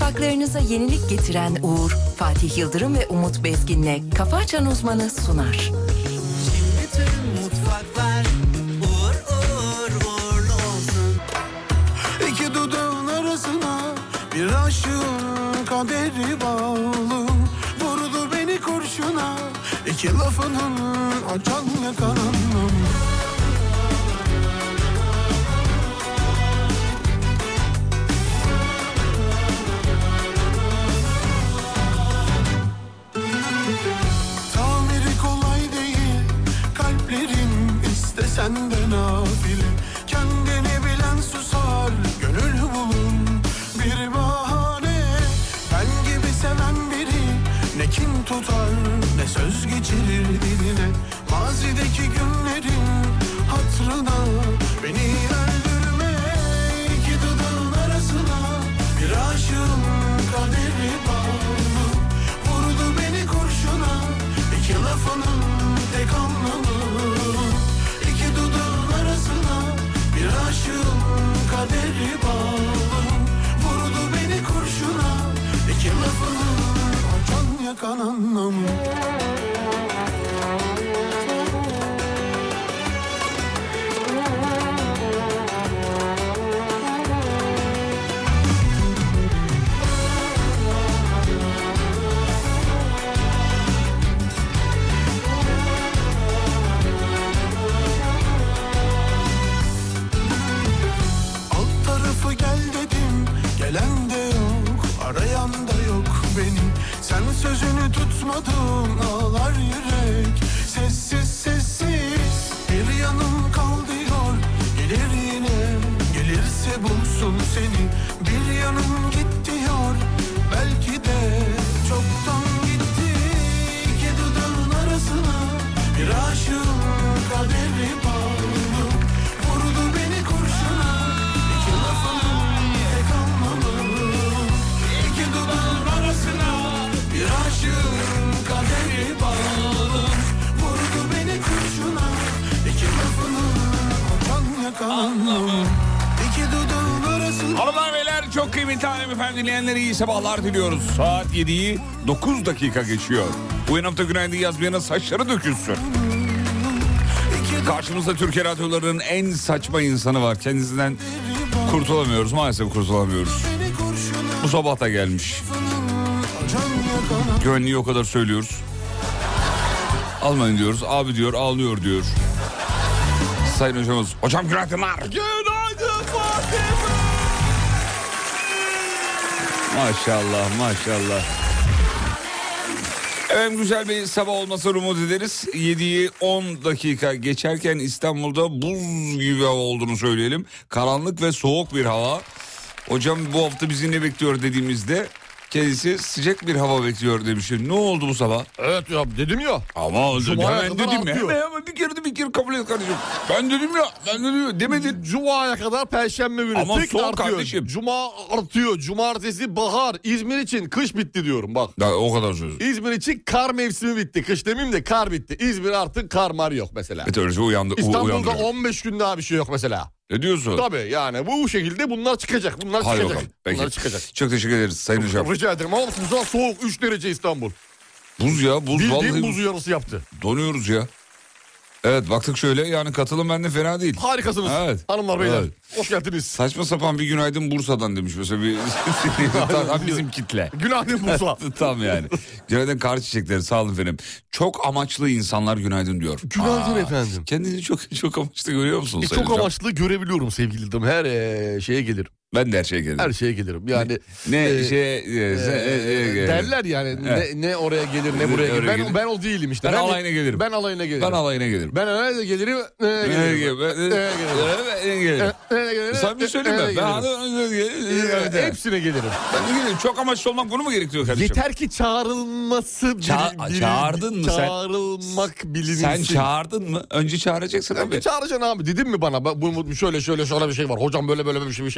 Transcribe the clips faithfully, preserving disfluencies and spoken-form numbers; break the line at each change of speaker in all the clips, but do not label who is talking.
Mutfaklarınıza yenilik getiren Uğur, Fatih Yıldırım ve Umut Bezgin'le Kafa Açan Uzmanı sunar.
Şimdi tüm mutfaklar uğur uğur uğurlu olsun.
İki dudağın arasına bir aşığın kaderi bağlı. Vurdu beni kurşuna iki lafının açan yakalanım. Tamiri kolay değil kalplerin, istesen de nafile. Kendini bilen susar, gönül bulun bir bahane. Ben gibi seven biri ne kin tutar ne söz geçirir diline. Mazideki günlerin hatırına beni öldürme. İki dudağın arasına bir aşığın kaderi bağlı. Vurdu beni kurşuna iki lafının tek anlamı. İki dudağın arasına bir aşığın kaderi bağlı. Vurdu beni kurşuna iki lafının açan yakan anlamı. Alt tarafı gel dedim, gelen de yok, arayan da yok benim. Sen sözünü tutmadın, ağlar yürek, sessiz sessiz. Bir yanım kal diyor, gelir yine, gelirse bulsun seni. Bir yanım git diyor, belki de çoktan gitti. İki dudağın arasına bir aşığın kaderi bağlı. Vurdu beni kurşuna iki lafının tek anlamı. İki dudağın arasına bir aşığın kaderi bağlı. Vurdu beni kurşuna iki lafının açan yakan anlamı. İki dudağın arasına.
Hanımlar beyler, çok kıymetli hanımefendi dinleyenlere iyi sabahlar diliyoruz. Saat yediyi dokuz dakika geçiyor. Bu hafta günaydın yazmayana saçları dökülsün. Karşımızda Türkiye radyolarının en saçma insanı var. Kendisinden kurtulamıyoruz, maalesef kurtulamıyoruz. Bu sabah da gelmiş. Güvenliği o kadar söylüyoruz. Almayın diyoruz, abi diyor, ağlıyor diyor. Sayın hocamız, hocam günaydınlar. Günaydın Fatih. Maşallah, maşallah. Evet, güzel bir sabah olmasını umut ederiz. yediyi on dakika geçerken İstanbul'da buz gibi hava olduğunu söyleyelim. Karanlık ve soğuk bir hava. Hocam bu hafta bizi ne bekliyor dediğimizde kendisi sıcak bir hava bekliyor demişti. Ne oldu bu sabah?
Evet ya, dedim ya.
Ama
Cuma'ya
hemen
kadar
dedim ya.
artıyor.
Hemen, hemen bir kere de bir kere kabul et kardeşim. Ben dedim ya. Ben dedim ya. Demedin.
Cuma'ya kadar Perşembe günü.
Ama
tık
son
artıyor.
kardeşim.
Cuma artıyor. Cumartesi bahar. İzmir için kış bitti diyorum bak.
Ya, o kadar söz.
İzmir için kar mevsimi bitti. Kış demeyeyim de kar bitti. İzmir artık kar mar yok mesela.
Meteoroloji uyandı.
İstanbul'da
uyandı.
on beş gün daha bir şey yok mesela.
Ne diyorsun?
Tabii yani bu şekilde bunlar çıkacak. Bunlar
Hadi
çıkacak.
bakalım. Peki.
Bunlar çıkacak.
Çok teşekkür ederiz Sayın Hocam.
Rica ederim ama güzel soğuk. üç derece İstanbul.
Buz ya, buz.
Bildiğin
Vallahi
buzu yarısı yaptı.
donuyoruz ya. Evet, baktık şöyle, yani katılım bende fena değil.
Harikasınız.
Evet.
Hanımlar beyler.
Evet.
Hoş geldiniz.
Saçma sapan bir günaydın Bursa'dan demiş mesela bir tam bizim kitle.
Günaydın Bursa.
Tam yani. Günaydın kar çiçekleri, sağ olun efendim. Çok amaçlı insanlar günaydın diyor.
Günaydın efendim.
Kendini çok çok amaçlı görüyor musun?
E,
Sayın
çok
Hocam?
amaçlı görebiliyorum sevgili dinleyicilerim. Her e, şeye gelirim.
Ben de her şeye gelirim.
Her şeye gelirim. Yani
Ne
e,
şey e,
e,
e, e,
derler yani
Evet.
ne, ne oraya gelir ne buraya
Oraya
gelir. Ben,
gelir.
ben o değilim işte.
Ben alayına gelirim.
Ben alayına gelirim.
ben alayına gelirim.
Ben nereye gelirim? Nereye
Ben
gelirim?
gelirim.
Nereye gelirim?
Ben gelirim.
Nereye gelirim?
Sen bir söyleyeyim mi?
Nereye
Ben
gelirim?
Evet,
E, Hepsine gelirim.
Ben de gelirim. Çok amaçlı olmak bunu mu gerektiriyor kardeşim?
Yeter ki çağrılması
Ça-
bili-
çağırdın mı sen?
Çağrılmak bilinsin.
Sen çağırdın mı? Önce çağıracaksın
Sen
abi.
bir çağıracaksın abi. Dedim mi bana? Bu, bu şöyle şöyle şöyle bir şey var. Hocam böyle böyle bir şey, bir şey var. Dedim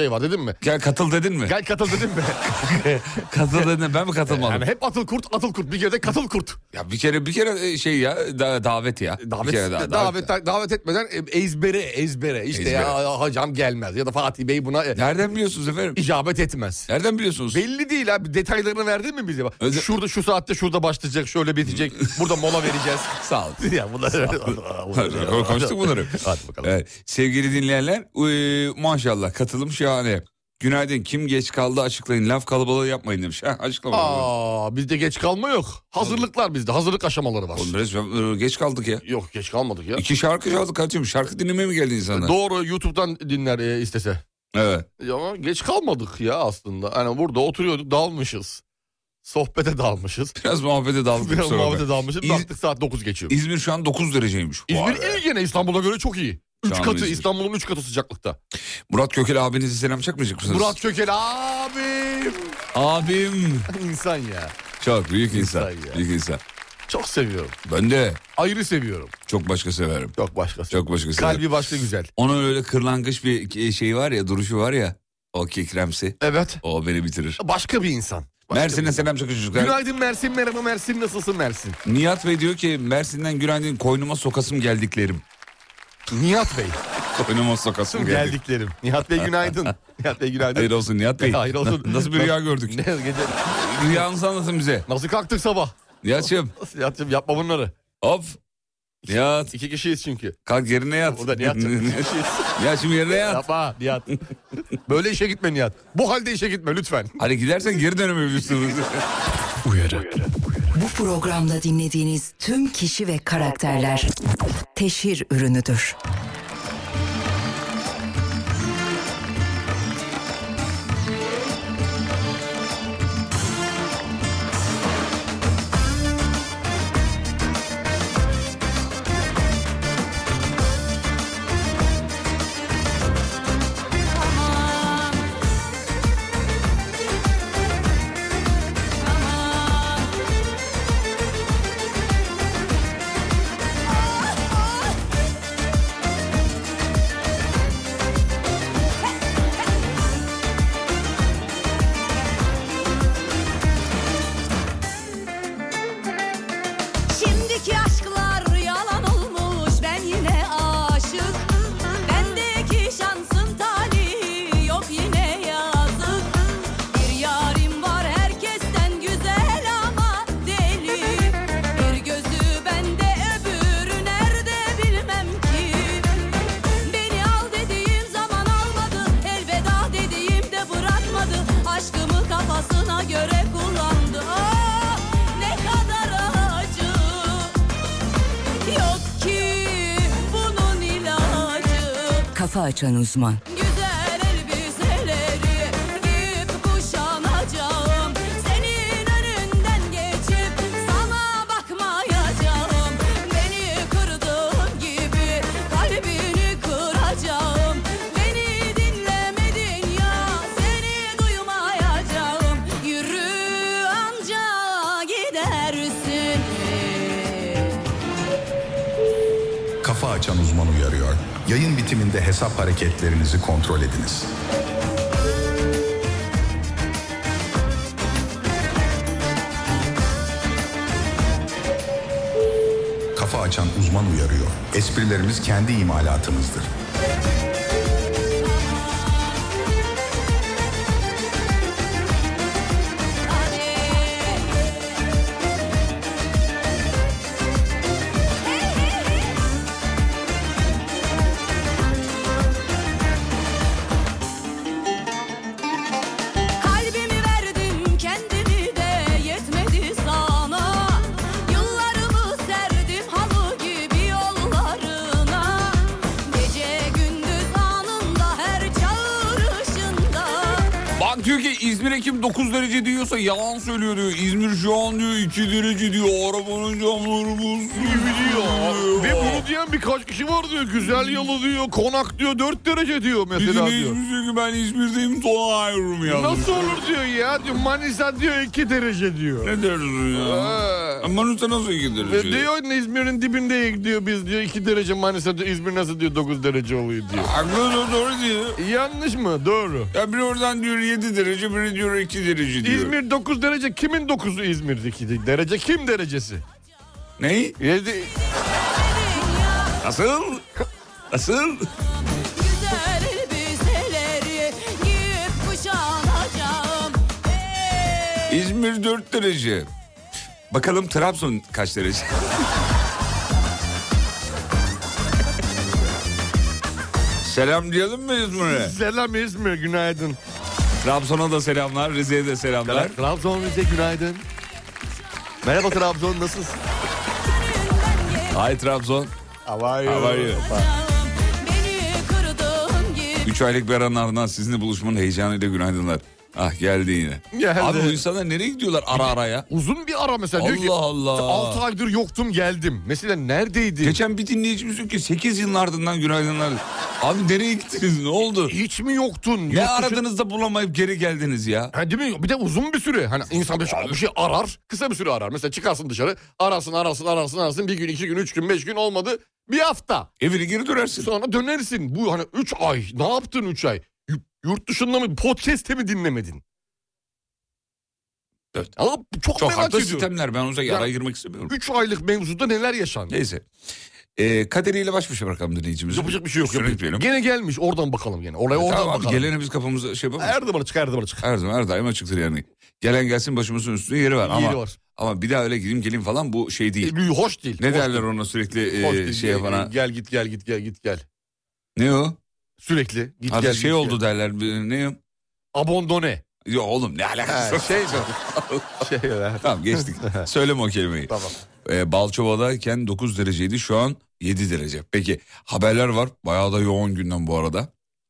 mi?
Gel katıl dedin mi?
Gel katıl dedim mi?
Katıl dedin, ben mi katılmadım?
Yani hep atıl kurt atıl kurt bir kere de katıl kurt.
Ya bir kere bir kere şey ya da, davet ya.
Davet,
bir kere daha,
davet, davet, davet etmeden ezbere ezbere işte
Ezbere.
ya hocam gelmez ya da Fatih Bey buna e,
Nereden biliyorsunuz efendim?
icabet etmez.
Nereden biliyorsunuz?
Belli değil abi, detaylarını verdin mi bize? Bak,
Özel-
şurada şu saatte şurada başlayacak, şöyle bitecek, burada mola vereceğiz.
Sağ olun.
Ya bunlar
Konuştuk bunları.
Hadi bakalım.
Evet, sevgili dinleyenler e, maşallah katılım şahane. Günaydın, kim geç kaldı açıklayın, laf kalabalığı yapmayın demiş. Ha, açıklama.
Aa, bizde geç kalma yok. Hazırlıklar bizde, hazırlık aşamaları var.
Oğlum resmen, e, geç kaldık ya.
Yok geç kalmadık ya.
İki şarkı çaldık kardeşim. Şarkı dinlemeye mi geldi insanlar?
Doğru, YouTube'dan dinler e, istese.
Evet.
Ya ama geç kalmadık ya aslında. Hani burada oturuyorduk, dalmışız. Sohbete dalmışız.
Biraz muhabbete daldık.
Biraz
kusura
muhabbete
bakma.
dalmışız.
İz-
Baktık saat dokuz geçiyor.
İzmir şu an dokuz dereceymiş. Vay
İzmir
be.
iyi gene, İstanbul'a göre çok iyi. Üç
Canım
katı,
İzmir.
İstanbul'un üç katı sıcaklıkta.
Murat Kökel abinize selam çakmayacak mısınız?
Murat Kökel abim.
Abim.
İnsan ya.
Çok büyük insan.
İnsan ya.
Büyük insan.
Çok seviyorum.
Ben de
Ayrı seviyorum.
çok başka severim.
Çok başkası.
Çok başka severim.
Kalbi başka güzel.
Onun öyle kırlangıç bir şey var ya, duruşu var ya. O kekremsi.
Evet.
O beni bitirir.
Başka bir insan. Başka bir
Mersin'e
insan.
selam çakın çocuklar.
Günaydın Mersin, merhaba Mersin, nasılsın Mersin?
Nihat Bey diyor ki Mersin'den günaydın, koynuma sokasım geldiklerim.
Nihat Bey.
Koynuma sokasım geldik.
Geldiklerim. Nihat Bey günaydın. Nihat Bey günaydın.
Hayır olsun Nihat Bey.
Hayır olsun.
Nasıl bir rüya gördük?
Ne gece?
Rüyanızı anlatın bize.
Nasıl kalktık sabah?
Nihat'cığım
Nasıl Nihat'cığım, yapma bunları.
hop. Nihat
İki kişiyiz çünkü.
kalk yerine yat.
Burada Nihat'cığım iki kişiyiz.
Nihat'cığım yerine yat.
Yapma Nihat. Böyle işe gitme Nihat. Bu halde işe gitme lütfen.
Hadi gidersen geri dönemeyebilirsiniz.
Uyarı.
Bu programda dinlediğiniz tüm kişi ve karakterler teşhir ürünüdür.
Şimdiki aşklar yalan olmuş, ben yine aşık. Bendeki şansın talihi yok yine yazık. Bir yarim var herkesten güzel ama deli. Bir gözü bende öbürü nerede bilmem ki. Beni al dediğim zaman almadı, elveda dediğimde bırakmadı. Aşkımı kafasına göre kullandı. Ah, ne kadar acı. Yok ki bunun ilacı.
Kafa açan uzman.
Güzel elbiseleri giyip kuşanacağım. Senin önünden geçip sana bakmayacağım. Beni kırdığın gibi kalbini kıracağım. Beni dinlemedin ya, seni duymayacağım. Yürü anca gidersin.
Kafa Açan Uzman uyarıyor. Yayın bitiminde hesap hareketlerinizi kontrol ediniz. Kafa Açan Uzman uyarıyor. Esprilerimiz kendi imalatımızdır.
Kalbimi verdim, kendimi de yetmedi sana. Yıllarımı serdim halı gibi yollarına. Gece gündüz anında, her çağrışında.
Bak diyor ki İzmir Ekim dokuz derece diyorsa yalan söylüyor diyor. İzmir şu an diyor iki derece diyor. Arabanın camları buz gibi diyor.
Ve bunu diyen birkaç kişi var diyor. Güzel yalı diyor, konak diyor, dört derece diyor mesela
Bizim
diyor.
İzmir diyor ki ben İzmir'deyim sonra ayrılırım ya.
Nasıl olur diyor ya diyor. Manisa diyor iki derece diyor.
Ne dersin ya?
Ha.
Manisa nasıl iki derece?
Ve diyor İzmir'in dibinde diyor biz diyor iki derece Manisa'da İzmir nasıl diyor dokuz derece oluyor diyor.
Haklı doğru diyor.
Yanlış mı? Doğru.
Ya biri oradan diyor yedi derece, biri diyor iki derece diyor.
İzmir dokuz derece, kimin dokuzu İzmir'deki derece, kim derecesi?
Ney?
Yedi.
Nasıl? Nasıl?
Güzel elbiseleri giyip kuşanacağım. Hey!
İzmir dört derece. Bakalım Trabzon kaç derece? Selam diyelim mi İzmir'e?
Selam İzmir, günaydın.
Trabzon'a da selamlar, Rize'ye de selamlar.
Trabzon, Rize, günaydın. Merhaba Trabzon, nasılsın?
Hi Trabzon.
How are you?
How are you?
Beni kırdığın gibi.
Üç aylık bir aranın ardından sizinle buluşmanın heyecanıyla günaydınlar. Ah geldi yine.
Geldi.
Abi bu insanlar nereye gidiyorlar ara araya?
Uzun bir ara mesela. Diyor ki,
Allah Allah.
altı aydır yoktum geldim. Mesela neredeydi?
Geçen bir dinleyicimiz diyor ki sekiz yılın ardından günaydınlar. Abi nereye gittiniz, ne oldu?
Hiç mi yoktun?
Ne
Yurt dışı-
aradınız da bulamayıp geri geldiniz ya?
Ha, değil mi? Bir de uzun bir süre. Hani insan bir şey, bir şey arar, kısa bir süre arar. Mesela çıkarsın dışarı, ararsın, ararsın, ararsın, ararsın. Bir gün, iki gün, üç gün, beş gün olmadı. Bir hafta.
Evine geri dönersin.
Sonra dönersin. Bu hani üç ay. Ne yaptın üç ay? Y- Yurt dışında mı? Podcast'te mi dinlemedin?
Evet.
Ama çok,
Çok
merak
haklı
ediyorum.
sistemler, ben ona
Ya-
araya girmek istemiyorum.
Üç aylık mevzuda neler yaşandı?
Neyse. Ee, kaderiyle baş başa bırakalım dinleyicimizi.
Yapacak bir şey yok.
Üstüne gitmeyelim.
Gene gelmiş. Oradan bakalım gene. Oraya oradan
Tamam abi,
bakalım.
gelene biz kafamızı şey yapalım.
Her zaman açık, her zaman açık.
Her zaman her daim açıktır yani. Gelen gelsin, başımızın üstünde yeri var. Ama
Yeri var.
ama bir daha öyle gideyim geleyim falan bu şey değil.
E, hoş değil.
Ne
hoş
derler
değil.
ona sürekli
Hoş
e,
değil.
şey yapana?
Gel git gel git gel git gel.
Ne o?
Sürekli git
Hadi
gel
şey
git,
oldu
gel.
derler. bir- Ne o?
Abandone.
Yo oğlum ne alakası
Ha,
var?
şey şey öyle.
Tamam geçtik. Söyleme o kelimeyi.
Tamam.
Ee, Balçova'dayken dokuz dereceydi, şu an yedi derece. Peki haberler var. Bayağı da yoğun gündem bu arada.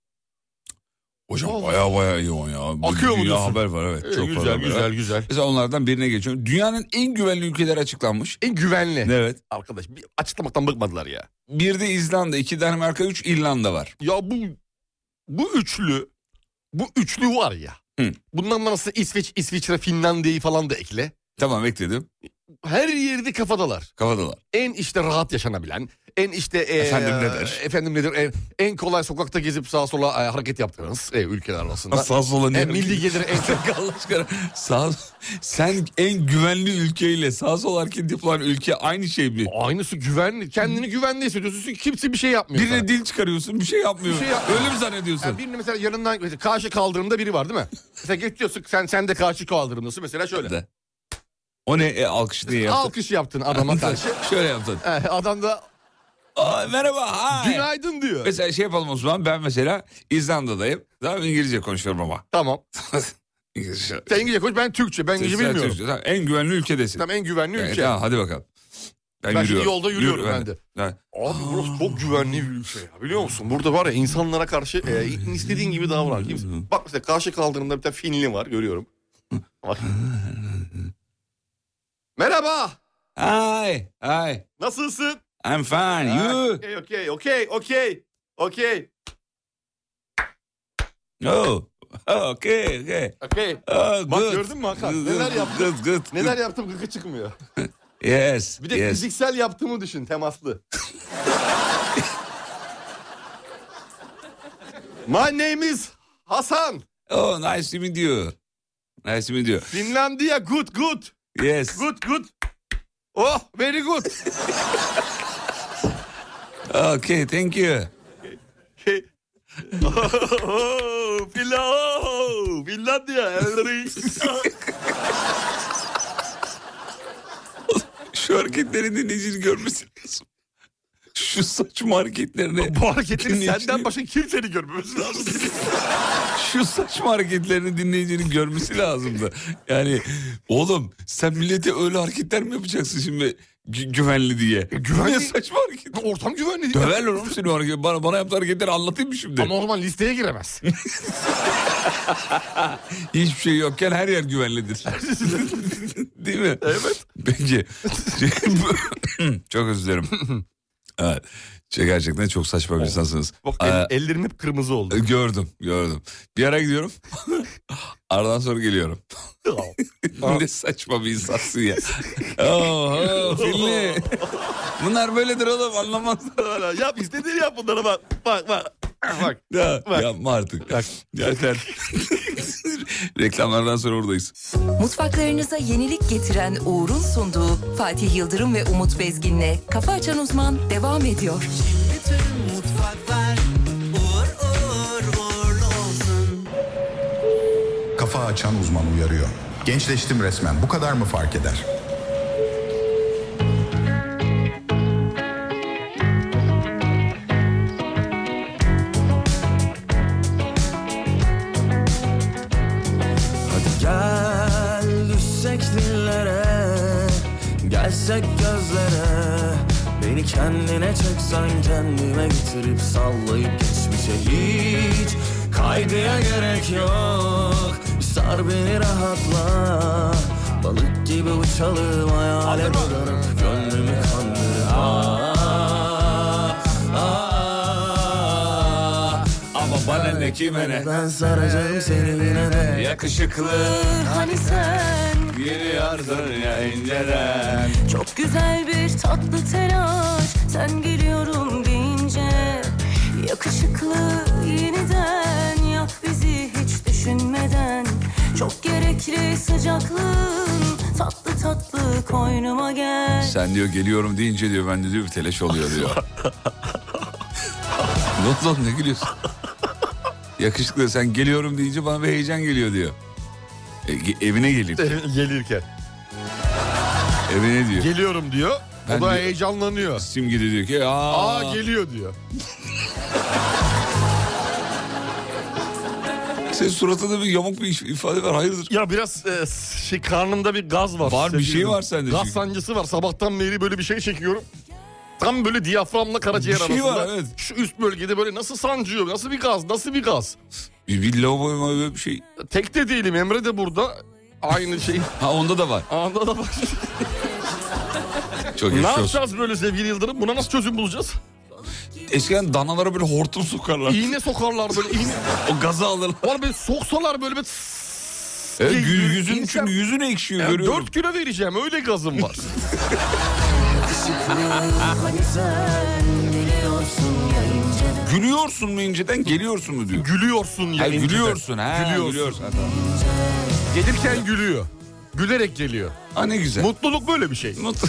Hocam
Vallahi.
bayağı bayağı yoğun ya. Bu
Akıyor mu
dünya
diyorsun?
haber var evet.
Ee,
Çok fazla
güzel
haber
güzel
var.
güzel.
Mesela onlardan birine geçiyorum. Dünyanın en güvenli ülkeleri açıklanmış.
En güvenli.
Evet.
Arkadaş bir açıklamaktan bıkmadılar ya.
Bir de İzlanda, iki Danimarka, üç İrlanda var.
Ya bu bu üçlü bu üçlü var ya.
Hı.
Bundan nasıl İsveç, İsviçre, Finlandiya'yı falan da ekle.
Tamam bekledim.
Her yerde kafadalar.
Kafadalar.
En işte rahat yaşanabilen, en işte e,
Efendim nedir?
Efendim nedir? En, en kolay sokakta gezip sağa sola e, hareket yaptığınız e, ülkeler arasında.
Sağ sola ne?
En milli geliri en çok
Allah aşkına. Sağ, sen en güvenli ülkeyle sağ sol hareket yapılan ülke aynı şey mi?
aynısı güvenli. Kendini güvenli hissediyorsun. Kimse bir şey yapmıyor.
Birine
sana.
dil çıkarıyorsun, bir şey yapmıyor.
Bir şey yapmıyor.
Öyle mi zannediyorsun?
Yani birini mesela yanından mesela karşı kaldırımda biri var değil mi? Mesela geçiyorsun sen sen de karşı kaldırımdasın mesela şöyle.
De. O ne? E, alkış diye yaptın.
Alkış yaptın adama karşı.
Şöyle yaptın.
Eh, Adam da
Aa, merhaba. Hi.
günaydın diyor.
Mesela şey yapalım o zaman. Ben mesela İzlanda'dayım. Daha İngilizce konuşuyorum ama.
Tamam.
İngilizce.
Sen İngilizce konuş, ben Türkçe. Ben İngilizce
Sen
bilmiyorum.
Türkçe. Tamam, en güvenli ülkedesin.
Tamam, en güvenli
Yani,
ülke.
tamam, hadi bakalım. Ben,
Ben şimdi
yürüyorum.
yolda yürüyorum
Yürü,
ben de.
Evet.
Abi burası çok güvenli bir ülke ya, biliyor musun? Burada var ya insanlara karşı e, istediğin gibi davran. Kimse... Bak mesela karşı kaldırımda bir tane Finli var, görüyorum. Bak. Merhaba.
Hi. Hi.
Nasılsın?
I'm fine. You?
Okey okey okey okey. Okey.
Oh. Oh, okay, okay.
Okey.
Oh,
Bak
good.
gördün mü Hakan?
Good,
Neler
good,
yaptım?
Good, good,
Neler yaptım, gıkı çıkmıyor.
good. Yes.
Bir de
yes.
fiziksel yaptığımı düşün, temaslı. My name is Hasan.
Oh, nice to meet you. Nice to meet you.
Finlandiya, good good.
Yes.
Good good. Oh, very good.
Okay, thank you.
Okay. Oh, Finla- oh, Finlandiya.
Şu hareketlerini dinleyicinin görmesi lazım. Şu saçma hareketlerini.
Bu hareketleri
dinleyicinin-
senden başka kimsenin görmemesi lazım.
Şu saçma hareketlerini dinleyicinin görmesi lazımdı. Yani oğlum sen millete öyle hareketler mi yapacaksın şimdi gü- güvenli diye?
güvenli-
Ne saçma hareket.
Ortam güvenli değil.
Döverler oğlum seni o hareket. Bana, bana yaptığı hareketleri anlatayım mı şimdi?
Ama o zaman listeye giremez.
Hiçbir şey yokken her yer güvenlidir. Değil mi?
Evet.
Peki. Çok özür dilerim. Evet. Gerçekten çok saçma bir insansınız.
Bak
Ee,
el, ellerim hep kırmızı oldu.
Gördüm, gördüm. Bir ara gidiyorum. Aradan sonra geliyorum. Ne saçma bir insansın ya. Oho Filli. Bunlar böyledir oğlum, anlamazlar.
Yap istediğini yap bunlara bak. Bak bak. Bak.
Ya,
Bak.
yapma artık.
Bak.
Yeter. Reklamlardan sonra oradayız.
Mutfaklarınıza yenilik getiren Uğur'un sunduğu Fatih Yıldırım ve Umut Bezgin'le Kafa Açan Uzman devam ediyor.
Bütün mutfaklar uğur uğur uğurlu olsun.
Kafa Açan Uzman uyarıyor. Gençleştim resmen, bu kadar mı fark eder?
Gel düşsek dillere, gelsek gözlere, beni kendine çeksen kendime getirip sallayıp geçmişe hiç kaygıya gerek yok. Sar beni rahatla, balık gibi uçalım hayale dadanıp gönlümü kandırma.
Ama bana ne kime ne?
Ben saracağım seni yine de.
Yakışıklı
Hani sen
geliyorsun ya inceden.
çok güzel bir tatlı telaş, sen geliyorum deyince yakışıklı yeniden yak bizi hiç düşünmeden. Çok gerekli sıcaklığın tatlı tatlı koynuma gel.
Sen diyor geliyorum deyince diyor bende diyor bir telaş oluyor diyor. Ne oldu oğlum, ne gülüyorsun? Yakışıklı sen geliyorum deyince bana bir heyecan geliyor diyor. E, ge- evine geleyim.
Gelirken.
Evine diyor.
Geliyorum diyor.
Ben
o da
diyor-
heyecanlanıyor.
Simge de diyor ki aa,
Aa geliyor diyor.
senin suratında bir yamuk bir ifade var, hayırdır?
Ya biraz e, şey karnımda bir gaz var.
Var, bir
sevgili
şey
dinleyiciler.
var sende
Gaz
çünkü.
sancısı var. Sabahtan beri böyle bir şey çekiyorum. Tam böyle diyaframla karaciğer
Bir şey
arasında.
var, evet.
Şu üst bölgede böyle nasıl sancıyor? Nasıl bir gaz? Nasıl bir gaz?
Bir, bir lavabo böyle bir şey.
Tek de değilim. Emre de burada. Aynı şey.
Ha onda da var.
Anda da var.
Çok
Ne
geçmiş olsun.
yapacağız böyle sevgili Yıldırım? Buna nasıl çözüm bulacağız?
Eskiden danalara böyle hortum sokarlar.
İğne sokarlar böyle iğne.
O gazı alırlar.
Var böyle soksalar böyle bir...
Evet,
diye
gü-
yürü-
yüzün,
insan-
çünkü yüzün ekşiyor,
Ya
görüyorum.
dört kilo vereceğim öyle gazım var.
Hani sen geliyorsun ya inceden.
Gülüyorsun mu inceden, geliyorsun mu diyor.
Gülüyorsun ya.
Ha,
inceden.
gülüyorsun ha.
Gülüyorsun.
Gülüyorsun. Ha, tamam.
Gelirken gülüyor. Gülerek geliyor.
Ha, ne güzel.
Mutluluk böyle bir şey.
Mutlu.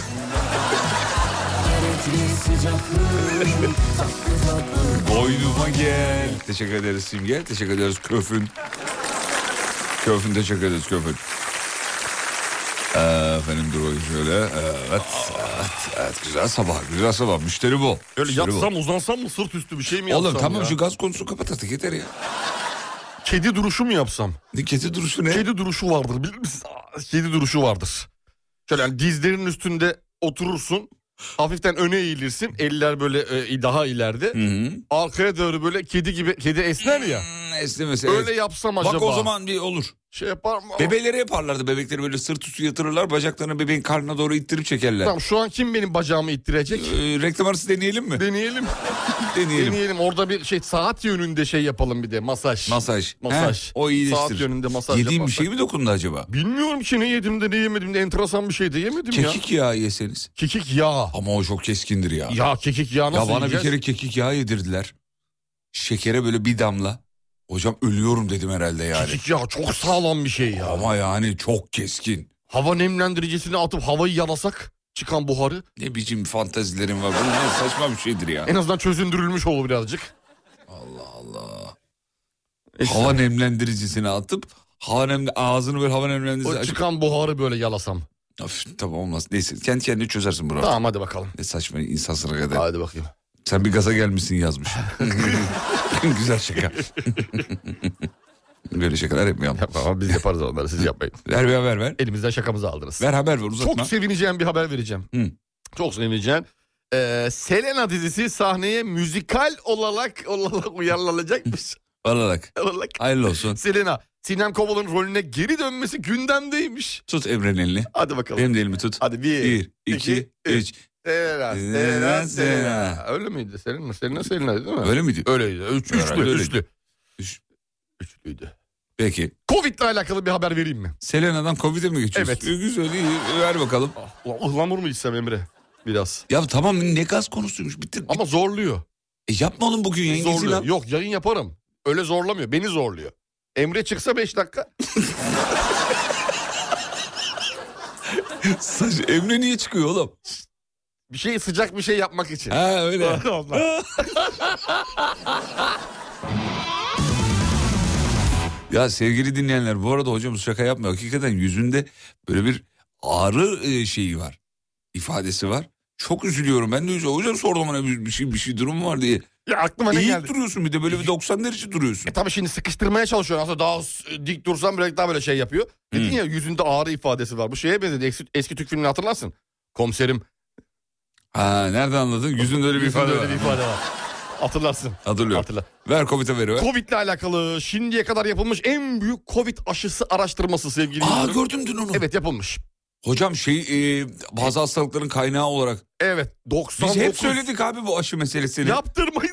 Boynuma gel. Teşekkür ederiz Simge. Teşekkür ederiz Köfün. Köfün teşekkür ederiz Köfün. Ee, efendim dur bakayım şöyle. Evet, evet, evet. Güzel sabah, güzel sabah. Müşteri bu.
Öyle
Müşteri
yatsam uzansam mı sırt üstü bir şey mi yapsam
Oğlum tamam
ya?
şu gaz konusunu kapat artık yeter ya.
Kedi duruşu mu yapsam?
Ne kedi duruşu ne?
Kedi duruşu vardır bilir misin? Aa, Kedi duruşu vardır. Şöyle yani dizlerin üstünde oturursun. Hafiften öne eğilirsin. Eller böyle e, daha ileride.
Hı hı.
Arkaya doğru böyle kedi gibi kedi esner ya.
Hmm, esnemesi.
Öyle
evet.
yapsam
Bak
acaba.
o zaman bir olur.
Şey yapar mı?
Bebeleri yaparlardı. Bebekleri böyle sırt üstü yatırırlar. Bacaklarını bebeğin karnına doğru ittirip çekerler.
Tamam şu an kim benim bacağımı ittirecek?
Ee, reklam arası deneyelim mi?
Deneyelim.
Deneyelim.
Deneyelim. Orada bir şey saat yönünde şey yapalım bir de masaj.
Masaj.
Masaj.
He, o iyileştirir.
Saat yönünde masaj
Yediğin bir
yaparsak.
şey mi dokundu acaba?
Bilmiyorum ki ne yedim de ne yemedim de enteresan bir şey de yemedim ya.
Kekik yağı yeseniz.
Kekik yağı.
Ama o çok keskindir ya.
Ya kekik yağı nasıl
ya bana
yiyeceğiz?
bir kere kekik yağı yedirdiler. Şekere böyle bir damla. Hocam ölüyorum dedim herhalde yani.
Kekik yağı çok sağlam bir şey ya.
Ama yani çok keskin.
Hava nemlendiricisini atıp havayı yalasak çıkan buharı
Ne biçim fantezilerim var. Bu ne saçma bir şeydir ya.
en azından çözündürülmüş olur birazcık.
Allah Allah.
Neyse.
Hava nemlendiricisini atıp hava nemli ağzını böyle hava
O
nemlendiricisi açıp.
çıkan buharı böyle yalasam.
Of, tamam olmaz. Neyse kendi kendine çözersin bunu.
Tamam hadi bakalım.
Ne saçma insansına kadar.
Hadi bakayım.
Sen bir gaza gelmişsin yazmış. Güzel şaka. Böyle şakalar yapmayalım.
Ama biz yaparız onları siz yapmayın.
Ver bir haber ver.
Elimizden şakamızı aldınız.
Ver haber ver uzatma.
Çok sevineceğim bir haber vereceğim.
Hı.
Çok sevineceğim. Ee, Selena dizisi sahneye müzikal olarak olarak uyarlanacakmış.
Olarak.
olarak.
Hayırlı olsun.
Selena, Sinem Koval'ın rolüne geri dönmesi gündemdeymiş.
Tut Emre'nin elini.
Hadi bakalım.
Benim de elimi tut.
Hadi bir,
Bir, iki,
iki,
üç.
Selena, Selena, Selena. Öyle miydi? Selena, Selena, Selena değil mi?
Öyle miydi?
Öyleydi. Üç,
Herhalde
üçlü,
öyleydi.
üçlü.
Üç.
Üçlüydü.
Peki.
Covid'le alakalı bir haber vereyim mi?
Selena'dan Covid'e mi geçiyorsun?
Evet.
E, güzel, iyi. Ver bakalım.
Ihlamur mu içsem Emre? Biraz.
Ya tamam, ne gaz konusuymuş. Bitir.
Ama zorluyor.
E, yapma oğlum bugün yayın.
Zorluyor. Yok, yayın yaparım. Öyle zorlamıyor. Beni zorluyor. Emre çıksa beş dakika.
Saç, Emre niye çıkıyor oğlum?
Bir şey, sıcak bir şey yapmak için.
Ha öyle. Ya sevgili dinleyenler, bu arada hocam şaka yapmıyor. Hakikaten yüzünde böyle bir ağrı e, şeyi var. İfadesi var. Çok üzülüyorum. Ben de üzülüyorum. Hocam sordum ona bir, bir şey bir şey durum var diye.
Ya aklıma ne
İyi
geldi?
duruyorsun, bir de böyle bir doksan derece duruyorsun.
E tabii şimdi sıkıştırmaya çalışıyor. Aslında daha dik dursam biraz daha böyle şey yapıyor. Dedin ya, yüzünde ağrı ifadesi var. Bu şeye benzedi. Eski, eski Türk filmini hatırlarsın. Komiserim.
Ha, nereden anladın? Yüzünde öyle bir
Yüzünde
ifade
öyle
var.
bir ifade var. Hatırlarsın.
Hatırlıyorum.
Hatırla.
Ver Covid'e ver. ver.
Covid'le alakalı şimdiye kadar yapılmış en büyük Covid aşısı araştırması sevgili
Aa,
dinleyicilerim.
gördüm dün onu.
Evet, yapılmış.
Hocam şey e, bazı hastalıkların kaynağı olarak.
Evet, doksan dokuz.
Biz hep söyledik abi bu aşı meselesini.
Yaptırmayın.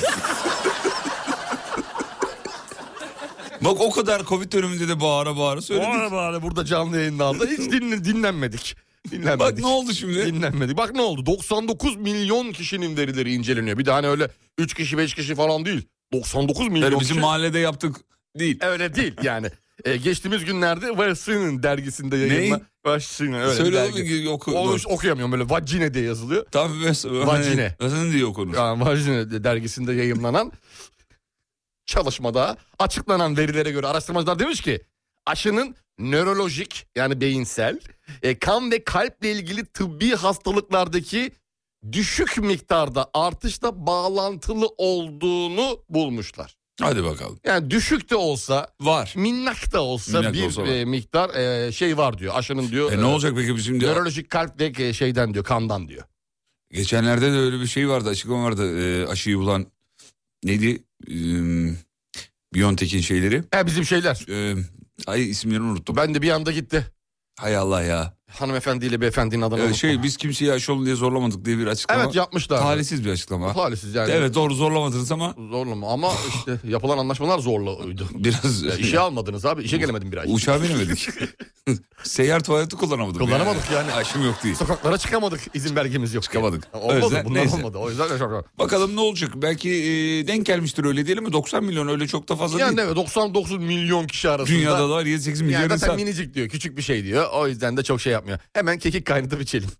Bak o kadar Covid döneminde de bağıra bağıra söyledik.
Bağıra bağıra burada canlı yayınlarda hiç dinle, dinlenmedik. Dinlenmedik.
Bak ne oldu şimdi?
Dinlenmedik. Bak ne oldu? doksan dokuz milyon kişinin verileri inceleniyor. Bir de hani öyle üç kişi beş kişi falan değil. doksan dokuz milyon
Yani bizim
kişi.
mahallede yaptık değil.
Öyle değil yani. Ee, geçtiğimiz günlerde Vaccine dergisinde yayınlanan. Vaccine öyle
Söyle
bir dergi.
oğlum, oku.
Onu hiç okuyamıyorum, böyle Vagine diye yazılıyor.
Tabii mesela.
Vagine.
Nasıl diye okunur?
Yani Vagine dergisinde yayınlanan çalışmada açıklanan verilere göre araştırmacılar demiş ki aşının nörolojik, yani beyinsel, e, kan ve kalple ilgili tıbbi hastalıklardaki düşük miktarda artışla bağlantılı olduğunu bulmuşlar.
Hadi bakalım.
Yani düşük de olsa,
var,
minnak da olsa
minnak
bir
olsa
e, miktar e, şey var diyor aşının diyor.
E, ne olacak peki bizim diyor.
Nörolojik kalp ve şeyden diyor, kandan diyor.
Geçenlerde de öyle bir şey vardı, açıklama vardı, e, aşıyı bulan neydi? E, BioNTech'in şeyleri.
He, bizim şeyler.
E, ay isimlerini unuttum.
Ben de bir anda gitti.
Hay Allah ya.
Hanımefendiyle beyefendinin adını
Ee,
unuttum.
şey biz kimseyi aşı olun diye zorlamadık diye bir açıklama.
Evet, yapmışlar.
Talihsiz bir açıklama.
Talihsiz yani.
Evet doğru, zorlamadınız ama.
Zorlama ama işte yapılan anlaşmalar zorluydu.
Biraz.
Ya işe almadınız abi. İşe gelemedim bir ay.
Uçağa binemedik. Seyyar tuvaleti kullanamadık.
Kullanamadık yani.
Aşım yok değil.
Sokaklara çıkamadık. İzin belgemiz yok.
Çıkamadık.
Olmadı.
O yüzden,
Bunlar
neyse.
olmadı. O yüzden de çok...
Bakalım ne olacak. Belki e, denk gelmiştir, öyle değil mi? doksan milyon öyle çok da fazla
Yani
değil.
evet, doksan dokuz milyon kişi arasında.
Dünyada da var yedi sekiz milyon
yani zaten
insan.
minicik diyor. Küçük bir şey diyor. O yüzden de çok şey yapmıyor. Hemen kekik kaynatıp içelim.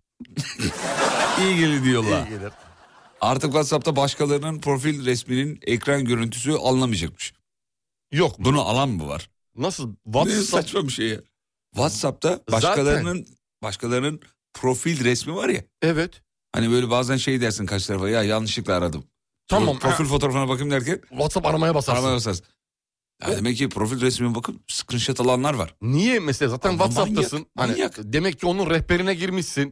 İyi gelir diyorlar.
İyi gelir.
Artık WhatsApp'ta başkalarının profil resminin ekran görüntüsü alınamayacakmış.
Yok.
Bunu alan mı var?
Nasıl?
Ne
WhatsApp...
saçma bir şey ya. WhatsApp'ta başkalarının başkalarının profil resmi var ya.
Evet.
Hani böyle bazen şey dersin kaç tarafa, ya yanlışlıkla aradım.
Tamam.
Pro- Profil fotoğrafına bakayım derken.
WhatsApp aramaya basarsın.
Aramaya basarsın. Ya demek ki profil resmine bakıp screenshot alanlar var.
Niye mesela? Zaten
Ama
WhatsApp'tasın.
manyak,
Hani
manyak.
demek ki onun rehberine girmişsin.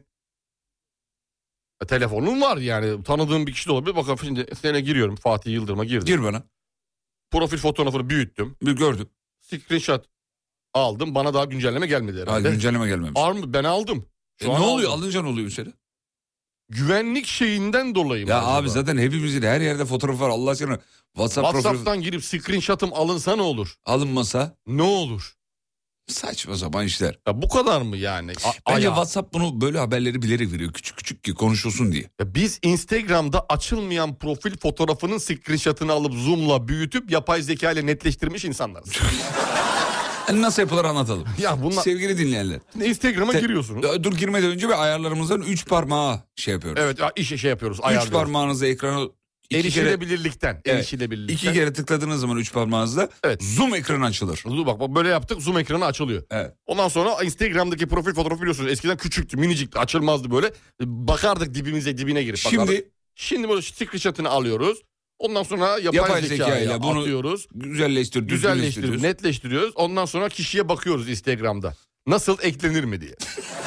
E, telefonun var yani. Tanıdığım bir kişi de olabilir. Bakalım şimdi sene giriyorum. Fatih Yıldırım'a girdim.
Gir bana.
Profil fotoğrafını büyüttüm.
Bir gördüm.
Screenshot aldım. Bana daha güncelleme gelmedi
Ha,
herhalde.
güncelleme gelmemiş.
Var mı? Ben aldım.
E,
Şu
ne
an
oluyor?
aldım.
Alınca ne oluyor mesela?
Güvenlik şeyinden dolayı mı
Ya
acaba?
abi zaten hepimizin her yerde fotoğrafı var. Allah aşkına WhatsApp profili
WhatsApp'tan girip screenshot'ım alınsa ne olur?
alınmasa
Ne olur?
saçma sapan işler.
Ya bu kadar mı yani? A-
Bence
ayağı.
WhatsApp bunu böyle haberleri bilerek veriyor. Küçük küçük ki konuşulsun diye.
Ya biz Instagram'da açılmayan profil fotoğrafının screenshot'ını alıp zoom'la büyütüp yapay zeka ile netleştirmiş insanlarız.
Hani nasıl yapılır anlatalım.
Ya bunlar
Sevgili dinleyenler.
Instagram'a
Te-
giriyorsunuz.
Ya Dur girmeden önce bir ayarlarımızdan üç parmağı şey yapıyoruz.
Evet, ya işe şey yapıyoruz.
Üç
Ayarlıyoruz.
parmağınızı ekrana iki kere,
Erişilebilirlikten.
Evet.
Erişilebilirlikten.
iki kere tıkladığınız zaman üç parmağınızla
Evet.
zoom ekranı açılır.
Dur bak, bak böyle yaptık, zoom ekranı açılıyor.
Evet.
Ondan sonra Instagram'daki profil fotoğrafı biliyorsunuz eskiden küçüktü, minicikti, açılmazdı böyle. Bakardık dibimize, dibine girip bakardık.
Şimdi
Şimdi böyle screenshot'ını alıyoruz. Ondan sonra yapay,
Yapay
zeka
zeka
ile
ile bunu
atıyoruz.
güzelleştir,
Güzelleştirip
düzgünleştiriyoruz.
netleştiriyoruz. Ondan sonra kişiye bakıyoruz Instagram'da. Nasıl eklenir mi diye.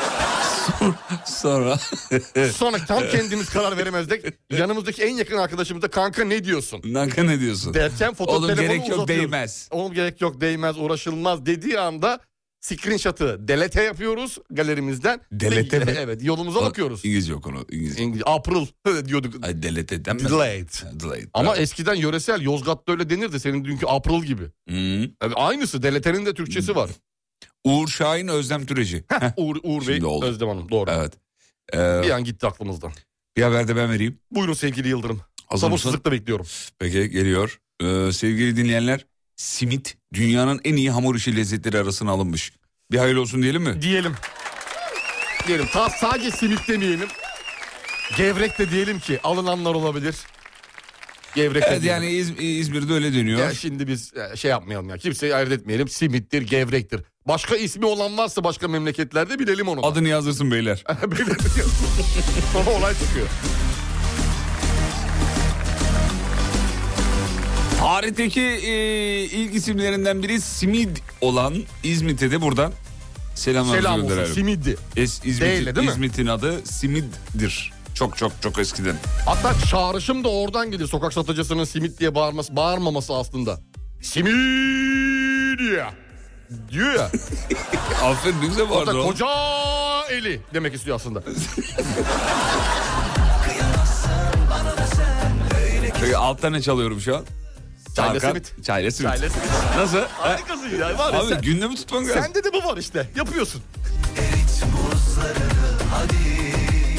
Sonra
Sonra tam kendimiz karar veremezdik. Yanımızdaki en yakın arkadaşımız da kanka ne diyorsun?
Nanka ne diyorsun?
Derken foto
Oğlum
telefonu
gerek yok,
uzatıyoruz.
değmez.
Oğlum gerek yok, değmez, uğraşılmaz dediği anda screenshot'ı delete yapıyoruz galerimizden.
Delete mi?
Evet, yolumuza bakıyoruz.
İngilizce yok onu. İngilizce.
İngiliz, April diyorduk.
Ay, delete denmez.
Delayed.
Delayed.
Ama
evet.
eskiden yöresel Yozgat'ta öyle denirdi, senin dünkü April gibi.
Hmm.
Evet, aynısı, deletenin de Türkçesi var.
Uğur Şahin, Özlem Türeci.
Heh, Uğur, Uğur Bey,
Şimdi oldu.
Özlem Hanım, doğru.
Evet. Ee,
Bir an gitti aklımızdan.
bir haber de ben vereyim.
Buyurun sevgili Yıldırım.
Hazır mısın?
Sabırsızlıkla bekliyorum.
Peki, geliyor. Ee, sevgili dinleyenler, simit dünyanın en iyi hamur işi lezzetleri arasına alınmış. Bir hayırlı olsun diyelim mi?
Diyelim. Diyelim. Ta sadece simit demeyelim. Gevrek de diyelim ki alınanlar olabilir. Gevrek
Evet,
de
yani İz- İzmir'de öyle deniyor.
Ya şimdi biz şey yapmayalım ya. Kimseyi ayırt etmeyelim. Simittir, gevrektir. Başka ismi olan varsa başka memleketlerde bilelim onu.
Adını yazdırsın beyler.
Beyler. Sonra olay çıkıyor.
Tarihteki e, ilk isimlerinden biri Simid olan İzmit'e de buradan selamlarımızı
Selam olsun.
gönderelim.
Simidi.
Es,
Değil,
İzmit'in,
değil mi?
İzmit'in adı Simid'dir. Çok çok çok eskiden.
Hatta çağrışım da oradan gelir. Sokak satıcısının simit diye bağırması, bağırmaması aslında. Simid ya diyor ya.
Aferin, ne güzel
Orada
vardır o.
koca eli demek istiyor aslında.
Peki, altta ne çalıyorum şu an?
Çayla
Arka-
simit.
Çayla simit.
Çayla simit.
Nasıl?
Harikasın ya. Var ya
Abi
sen,
gündemi tutman lazım.
sende de bu var işte. Yapıyorsun.
Erit buzlarını hadi.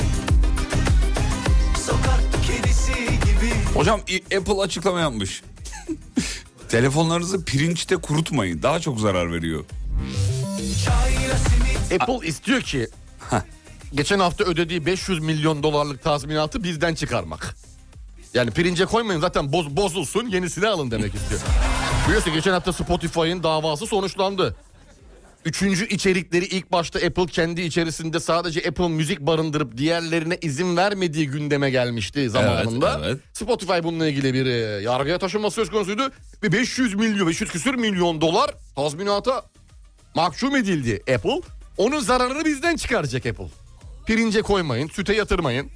Sokak kedisi gibi.
Hocam i- Apple açıklama yapmış. Telefonlarınızı pirinçte kurutmayın. Daha çok zarar veriyor.
Çayla simit.
Apple istiyor ki geçen hafta ödediği beş yüz milyon dolarlık tazminatı bizden çıkarmak. Yani pirince koymayın, zaten boz, bozulsun, yenisini alın demek istiyor. Biliyorsun geçen hafta Spotify'ın davası sonuçlandı. Üçüncü içerikleri ilk başta Apple kendi içerisinde sadece Apple Müzik barındırıp diğerlerine izin vermediği gündeme gelmişti zamanında.
Evet, evet.
Spotify bununla ilgili bir e, yargıya taşınması söz konusuydu. Ve beş yüz milyon, beş yüz küsür milyon dolar tazminata mahkum edildi Apple. Onun zararını bizden çıkaracak Apple. Pirince koymayın, süte yatırmayın.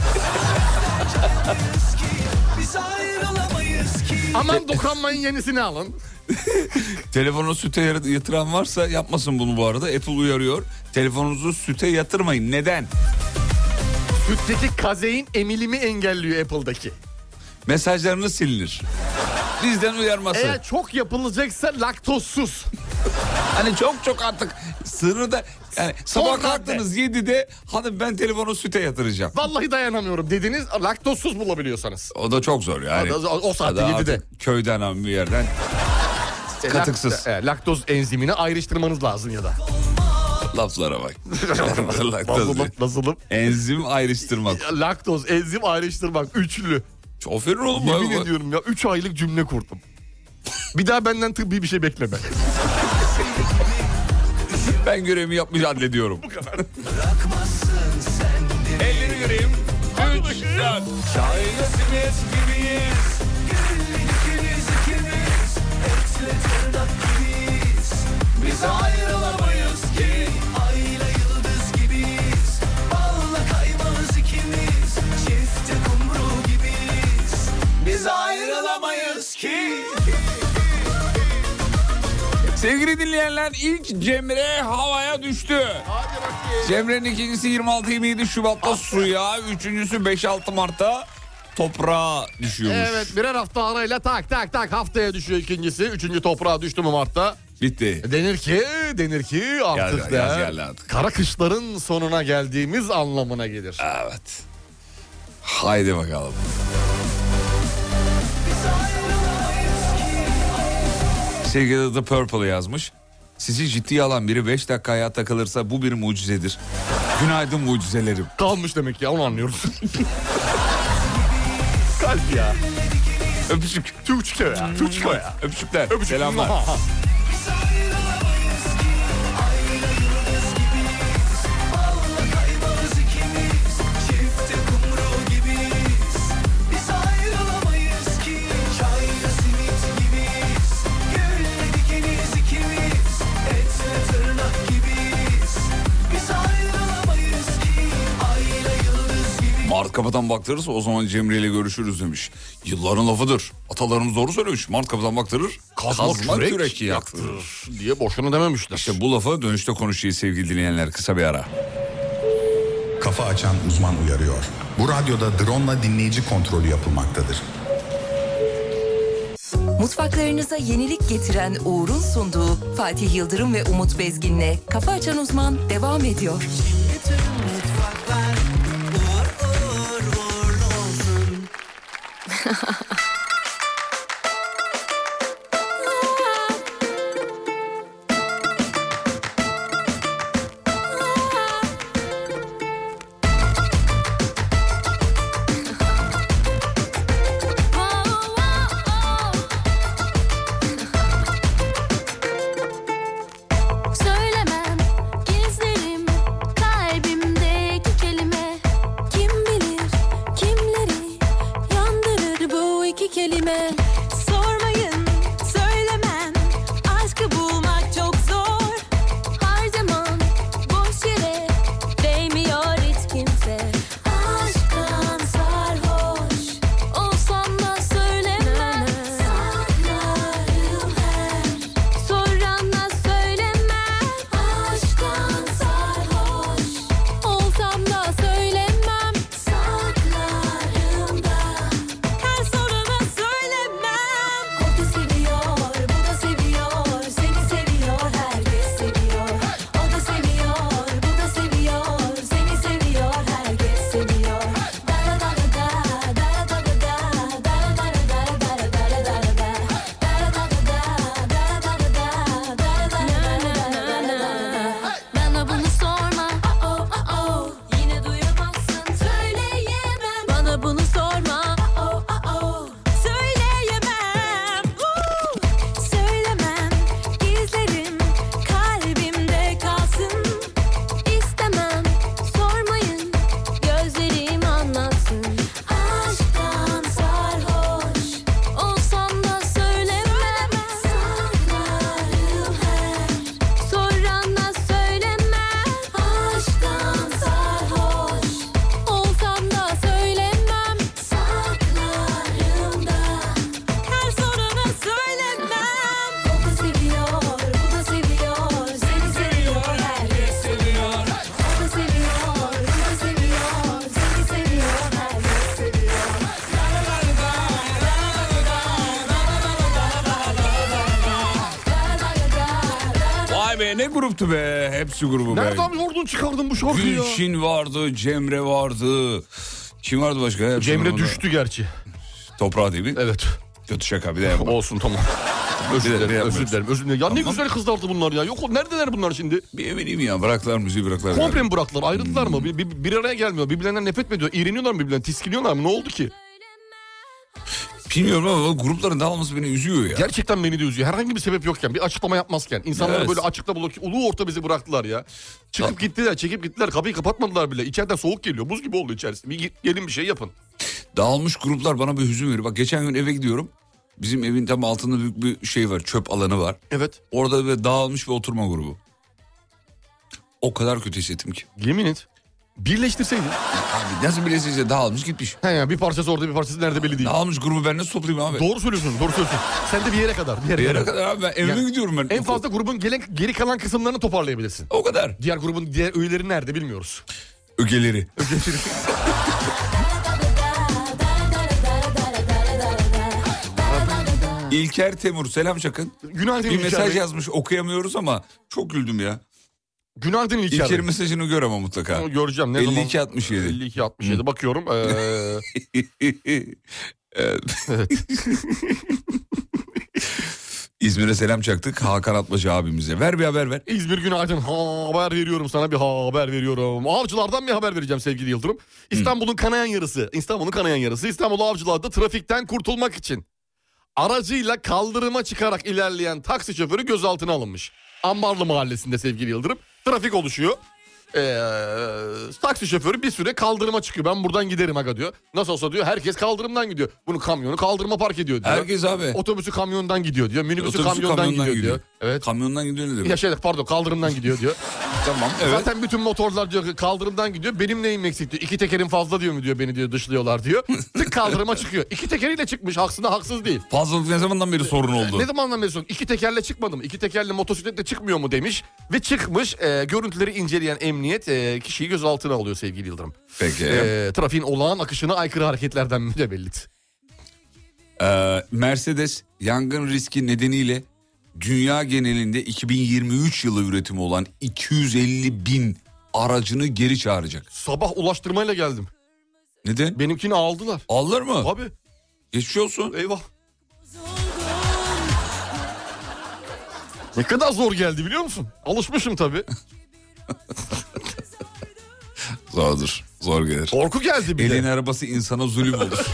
Biz ayrılamayız ki.
Aman dokunmayın, yenisini alın.
Telefonu süte yar- yatıran varsa yapmasın bunu bu arada. Apple uyarıyor. Telefonunuzu süte yatırmayın. Neden?
Sütteki kazein emilimi engelliyor Apple'daki.
Mesajlarınız silinir. Bizden uyarması.
Eğer çok yapılacaksa laktozsuz.
Hani çok çok artık sınırı da yani sabah
Son
kalktınız yedide hanım ben telefonu süte yatıracağım.
Vallahi dayanamıyorum dediniz, laktozsuz bulabiliyorsanız.
O da çok zor yani.
O, o saatte
Daha
yedide.
artık köyden abi bir yerden katıksız.
Lak- e, laktoz enzimini ayrıştırmanız lazım ya da.
Laflara bak.
Nasılım, nasılım?
Enzim ayrıştırmak.
Laktoz, enzim ayrıştırmak, üçlü.
Aferin oğlum.
Yemin
bak.
ediyorum ya, üç aylık cümle kurdum. Bir daha benden tıbbi bir şey bekleme.
Ben görevimi yapmış hallediyorum. Bu kadar.
Bırakmazsın sen de.
Elleri göreyim. Üç, dört.
Çayla simit gibiyiz. Gülledik ikimiz ikimiz. Etle tırnak gibiyiz. Biz ayrılamayız ki. Ayla yıldız gibiyiz. Balla kaymağız ikimiz. Çifte kumru gibiyiz. Biz ayrılamayız ki.
Sevgili dinleyenler, ilk Cemre havaya düştü.
Hadi bakayım.
Cemre'nin ikincisi yirmi altı yirmi yedi Şubat'ta suya, üçüncüsü beş altı Mart'ta toprağa düşüyormuş.
Evet, birer hafta arayla tak tak tak haftaya düşüyor ikincisi. Üçüncü toprağa düştü mü Mart'ta?
Bitti.
Denir ki, denir ki artık
Gel-
da
yaz geldi artık.
kara kışların sonuna geldiğimiz anlamına gelir.
Evet. Haydi bakalım. Sevgili The Purple yazmış. Sizi ciddiye alan biri beş dakika ayağa takılırsa bu bir mucizedir. Günaydın mucizelerim.
Kalmış demek ya, onu anlıyoruz. Kalp ya.
Öpücük.
Türkçe ya. Türkçe ya.
Öpücükler.
Öpücük.
Selamlar. Mart kapıdan baktırırsa o zaman Cemre ile görüşürüz demiş. Yılların lafıdır. Atalarımız doğru söylemiş. Mart kapıdan baktırır.
Kazma,
Kazma
kürek,
kürek
yaktırır
yaktırır
diye boşuna dememişler.
İşte bu lafı dönüşte konuşacağız sevgili dinleyenler. Kısa bir ara.
Kafa açan uzman uyarıyor. Bu radyoda drone'la dinleyici kontrolü yapılmaktadır.
Mutfaklarınıza yenilik getiren Uğur'un sunduğu Fatih Yıldırım ve Umut Bezgin'le Kafa Açan Uzman devam ediyor.
Söylemem gizlerim kalbimdeki kelime. Kim bilir kimleri yandırır bu iki kelime. Sormayın söylemem aşkı bulmak çok zor. Harcamam boş yere değmiyor hiç kimse. Aşktan sarhoş olsam da söylemem. Saklarım her sorana söylemem. Aşktan sarhoş olsam da söylemem. Saklarım da her sorana söylemem. O da seviyor, bu da seviyor, seni seviyor, herkes seviyor. O da seviyor, bu da seviyor, seni seviyor, herkes seviyor. Dara dara da, dara dara da, dara dara dara dara dara dara da. Dara dara da, dara dara da, dara dara dara dara dara. Bana bunu sorma, oh oh oh, yine duyamazsın, söyleyemem. Bana bunu sorma, oh oh oh, söyleyemem. Uh! Söylemem, gizlerim kalbimde kalsın. İstemem, sormayın, gözlerim anlatsın. Aşktan sarhoş olsam da söylemem. Saklarım her sorana söylemem. Aşktan sarhoş olsam da söylemem. Saklarım da her sorana söylemem. O da seviyor, bu da seviyor, seni seviyor, herkes seviyor. O da seviyor, bu da seviyor, seni seviyor, herkes seviyor.
Vay be ne gruptu be. Hepsi grubu be.
Nereden oradan çıkardın bu şarkıyı ya?
Gülçin vardı, Cemre vardı. Kim vardı başka? Hepsi
Cemre
grubunda.
düştü gerçi.
Toprağı değil mi?
Evet.
Kötü şaka bir de yapma.
Olsun tamam. Özür
Bir de-
dilerim,
bir
özür
yapmıyoruz.
dilerim, özür dilerim. Ya ne güzel kızlardı bunlar ya. Yok o neredeler bunlar şimdi?
Bir bileyim ya bıraktılar müziği bıraktılar.
Komple mi bıraktılar? Ayrıldılar mı? Bir, bir, bir araya gelmiyor. Birbirlerinden nefret mi ediyor? İğreniyorlar mı birbirlerine? Tiskiniyorlar mı? Ne oldu ki?
Bilmiyorum ama grupların dağılması beni üzüyor ya.
Gerçekten beni de üzüyor. Herhangi bir sebep yokken, bir açıklama yapmazken. İnsanları
Evet.
böyle açıkta bulup ulu orta bizi bıraktılar ya. Çıkıp gittiler, çekip gittiler. Kapıyı kapatmadılar bile. İçeriden soğuk geliyor. Buz gibi oldu içerisi. Bir git, gelin bir şey yapın.
Dağılmış gruplar bana bir hüzün veriyor. Bak geçen gün eve gidiyorum. Bizim evin tam altında büyük bir şey var. Çöp alanı var.
Evet.
Orada bir dağılmış bir oturma grubu. O kadar kötü hissettim ki.
Yemin et. Birleştirseydin.
Abi nasıl bilesiniz dağılmış gitmiş.
He ya bir parçası orada bir parçası nerede belli değil.
Dağılmış grubu ben nasıl toplayayım abi?
Doğru söylüyorsun, doğru söylüyorsun. Sen de bir yere kadar. Bir yere,
Bir yere
kadar.
kadar abi ben evime
Ya,
gidiyorum ben.
En fazla grubun gelen, geri kalan kısımlarını toparlayabilirsin.
O kadar.
Diğer grubun diğer üyeleri nerede bilmiyoruz.
Ögeleri. İlker Temur selam Çakın.
Günaydın
Bir
İlker
mesaj
Bey.
yazmış okuyamıyoruz ama çok güldüm ya.
Günaydın İlker
İlker'in
Bey.
mesajını gör ama mutlaka.
Onu göreceğim. Ne
elli
zaman?
iki altmış yedi.
elli iki altmış yedi bakıyorum. Ee,
Evet. İzmir'e selam çaktık Hakan Atmaca abimize. Ver bir haber ver.
İzmir günaydın. Haber veriyorum sana bir haber veriyorum. Avcılardan bir haber vereceğim sevgili Yıldırım. İstanbul'un kanayan yarısı. İstanbul'un kanayan yarısı. İstanbul Avcılar'da trafikten kurtulmak için aracıyla kaldırıma çıkarak ilerleyen taksi şoförü gözaltına alınmış. Ambarlı mahallesinde sevgili Yıldırım. Trafik oluşuyor. Ee, taksi şoförü bir süre kaldırıma çıkıyor. Ben buradan giderim aga diyor. Nasıl olsa diyor herkes kaldırımdan gidiyor. Bunun kamyonu kaldırıma park ediyor diyor.
Herkes abi.
Otobüsü kamyondan gidiyor diyor. Minibüsü
Otobüsü
kamyondan,
kamyondan
gidiyor,
gidiyor.
diyor. Evet.
Kamyondan gidiyor ne demek?
Ya şey pardon kaldırımdan gidiyor diyor.
Tamam evet.
Zaten bütün motorlar diyor ki kaldırımdan gidiyor. Benim neyim eksik diyor. İki tekerim fazla diyor mu diyor, beni diyor dışlıyorlar diyor. Tık kaldırıma çıkıyor. İki tekeriyle çıkmış, aslında haksız değil.
Fazlalık ne zamandan beri sorun oldu?
Ne zamandan beri sorun? İki tekerle çıkmadım. İki tekerle motosikletle çıkmıyor mu demiş. Ve çıkmış. E, görüntüleri inceleyen emniyet e, kişiyi gözaltına alıyor sevgili Yıldırım.
Peki.
E, trafiğin olağan akışına aykırı hareketlerden mütevellit.
Ee, Mercedes yangın riski nedeniyle dünya genelinde iki bin yirmi üç yılı üretimi olan iki yüz elli bin aracını geri çağıracak.
Sabah ulaştırmayla geldim.
Neden?
Benimkini aldılar.
Aldılar mı?
Abi.
Geçmiş olsun.
Eyvah. Ne kadar zor geldi biliyor musun? Alışmışım tabii.
Zordur. Zor gelir.
Korku geldi bir
Elin
de.
arabası insana zulüm olur.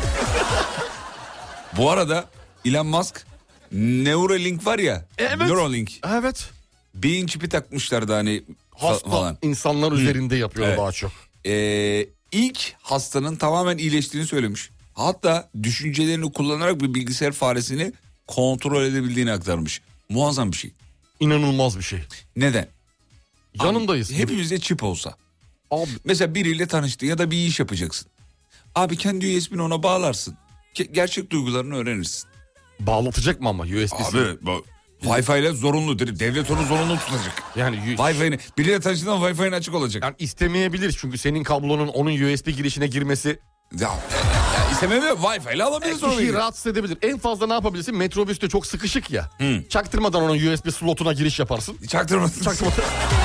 Bu arada Elon Musk Neuralink var ya.
Evet.
Neuralink.
Evet.
Beyin çipi takmışlardı hani
Hasta
falan.
insanlar üzerinde yapıyor
Evet.
daha çok.
Ee, ilk hastanın tamamen iyileştiğini söylemiş. Hatta düşüncelerini kullanarak bir bilgisayar faresini kontrol edebildiğini aktarmış. Muazzam bir şey.
İnanılmaz bir şey.
Neden?
Yanındayız.
Abi, hepimizde çip olsa.
Abi.
Mesela biriyle tanıştın ya da bir iş yapacaksın. Abi kendi U S B'ni ona bağlarsın. Ge- gerçek duygularını öğrenirsin.
Bağlatacak mı ama U S B'si?
Abi bu Wi-Fi ile zorunlu. Devlet onu zorunlu tutacak.
Yani
Wi-Fi'ni biriyle tanıştığında Wi-Fi'nin açık olacak.
yani istemeyebilir çünkü senin kablonun onun U S B girişine girmesi
Ya, ya istemem mi? Wi-Fi ile alabiliriz onu.
kişiyi rahatsız edebilir. En fazla ne yapabilirsin? Metrobüste çok sıkışık ya.
Hı.
Çaktırmadan onun U S B slotuna giriş yaparsın.
Çaktırmasın.
Çaktırmadan.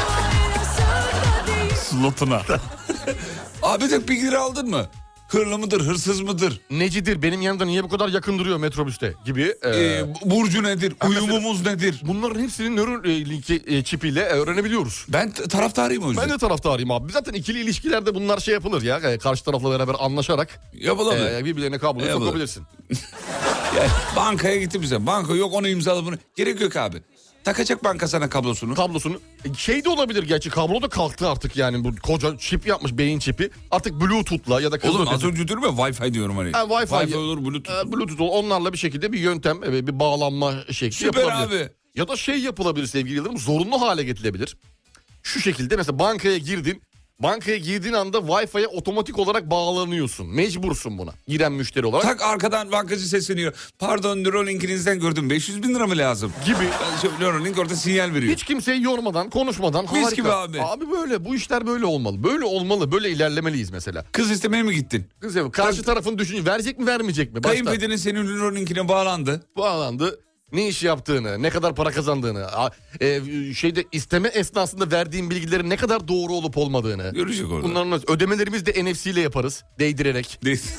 Slotuna. Abi tek bilgileri aldın mı? Hırlı mıdır, hırsız mıdır?
Necidir, benim yanımda niye bu kadar yakın duruyor metrobüste gibi. Ee,
Ee, burcu nedir,
Ha,
uyumumuz nedir?
bunların hepsini Neuralink e, çipiyle öğrenebiliyoruz.
Ben t- taraftarıyım o yüzden.
Ben de taraftarıyım abi. Zaten ikili ilişkilerde bunlar şey yapılır ya. E, Karşı tarafla beraber anlaşarak
Yapılamıyor.
e, birbirlerine kabloyu
Yapılır.
sokabilirsin.
Yani bankaya gitti bize. Banka yok onu imzala bunu. Gerek yok abi. Takacak banka sana kablosunu.
Kablosunu. E, Şey de olabilir gerçi, kablo da kalktı artık yani. Bu koca çip yapmış, beyin çipi. Artık Bluetooth'la ya da kızıl
Oğlum az
ötesi-
önce diyorum ya Wi-Fi diyorum hani.
Ha, Wi-Fi.
Wi-Fi olur Bluetooth.
E, Bluetooth ol- onlarla bir şekilde bir yöntem, e, bir bağlanma şekli
Süper
yapılabilir.
abi.
Ya da şey yapılabilir sevgili Yıldırım, zorunlu hale getirilebilir. Şu şekilde mesela bankaya girdin. Bankaya girdiğin anda Wi-Fi'ye otomatik olarak bağlanıyorsun. Mecbursun buna. Giren müşteri olarak.
Tak arkadan bankacı sesleniyor. Pardon Neuralink'inizden gördüm. beş yüz bin lira mı lazım?
Gibi.
Ben şey, Neuralink orada sinyal veriyor.
Hiç kimseyi yormadan, konuşmadan.
Mis
harika.
gibi abi.
Abi böyle, bu işler böyle olmalı. Böyle olmalı, böyle ilerlemeliyiz mesela.
Kız istemeye mi gittin?
Kız ya, karşı tarafın düşünce verecek mi vermeyecek mi? Başta
Kayınpederin senin Neuralink'ine bağlandı.
bağlandı. Ne iş yaptığını, ne kadar para kazandığını, a- e, şeyde isteme esnasında verdiğin bilgilerin ne kadar doğru olup olmadığını.
Görecek orada.
Bunların ödemelerimizi de N F C ile yaparız, değdirerek.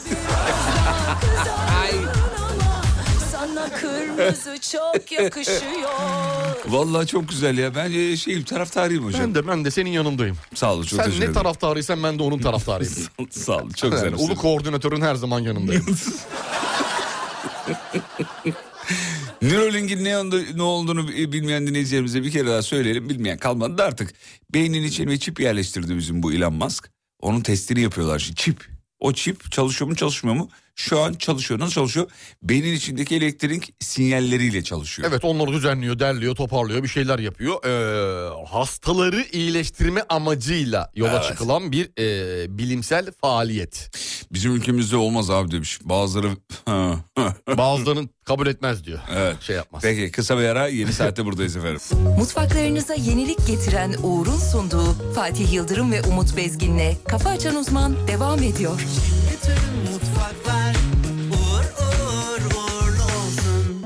Sana kırmızı çok yakışıyor.
Vallahi çok güzel ya. Ben e, şeyim taraftarıyım hocam.
Ben de ben de senin yanındayım.
Sağ olun çok
Sen
teşekkür
ne
ederim.
taraftarıysan ben de onun taraftarıyım.
Sağ olun çok güzel.
Yani, ulu koordinatörün her zaman yanındayım.
Neuralink'in ne, oldu- ne olduğunu bilmeyen dinleyicilerimize bir kere daha söyleyelim. Bilmeyen kalmadı da artık. Beynin içine çip yerleştirdi bizim bu Elon Musk. Onun testini yapıyorlar şimdi. Çip. O çip çalışıyor mu çalışmıyor mu? Şu an çalışıyor. Nasıl çalışıyor? Beynin içindeki elektrik sinyalleriyle çalışıyor.
Evet, onları düzenliyor, derliyor, toparlıyor, bir şeyler yapıyor. Ee, hastaları iyileştirme amacıyla yola
Evet.
çıkılan bir e, bilimsel faaliyet.
Bizim ülkemizde olmaz abi demiş. Bazıları...
Bazılarının kabul etmez diyor.
Evet.
Şey yapmaz.
Peki kısa bir ara yeni saatte buradayız efendim.
Mutfaklarınıza yenilik getiren Uğur'un sunduğu Fatih Yıldırım ve Umut Bezgin'le Kafa Açan Uzman devam ediyor.
Bütün mutfaklar uğur uğur uğurlu olsun.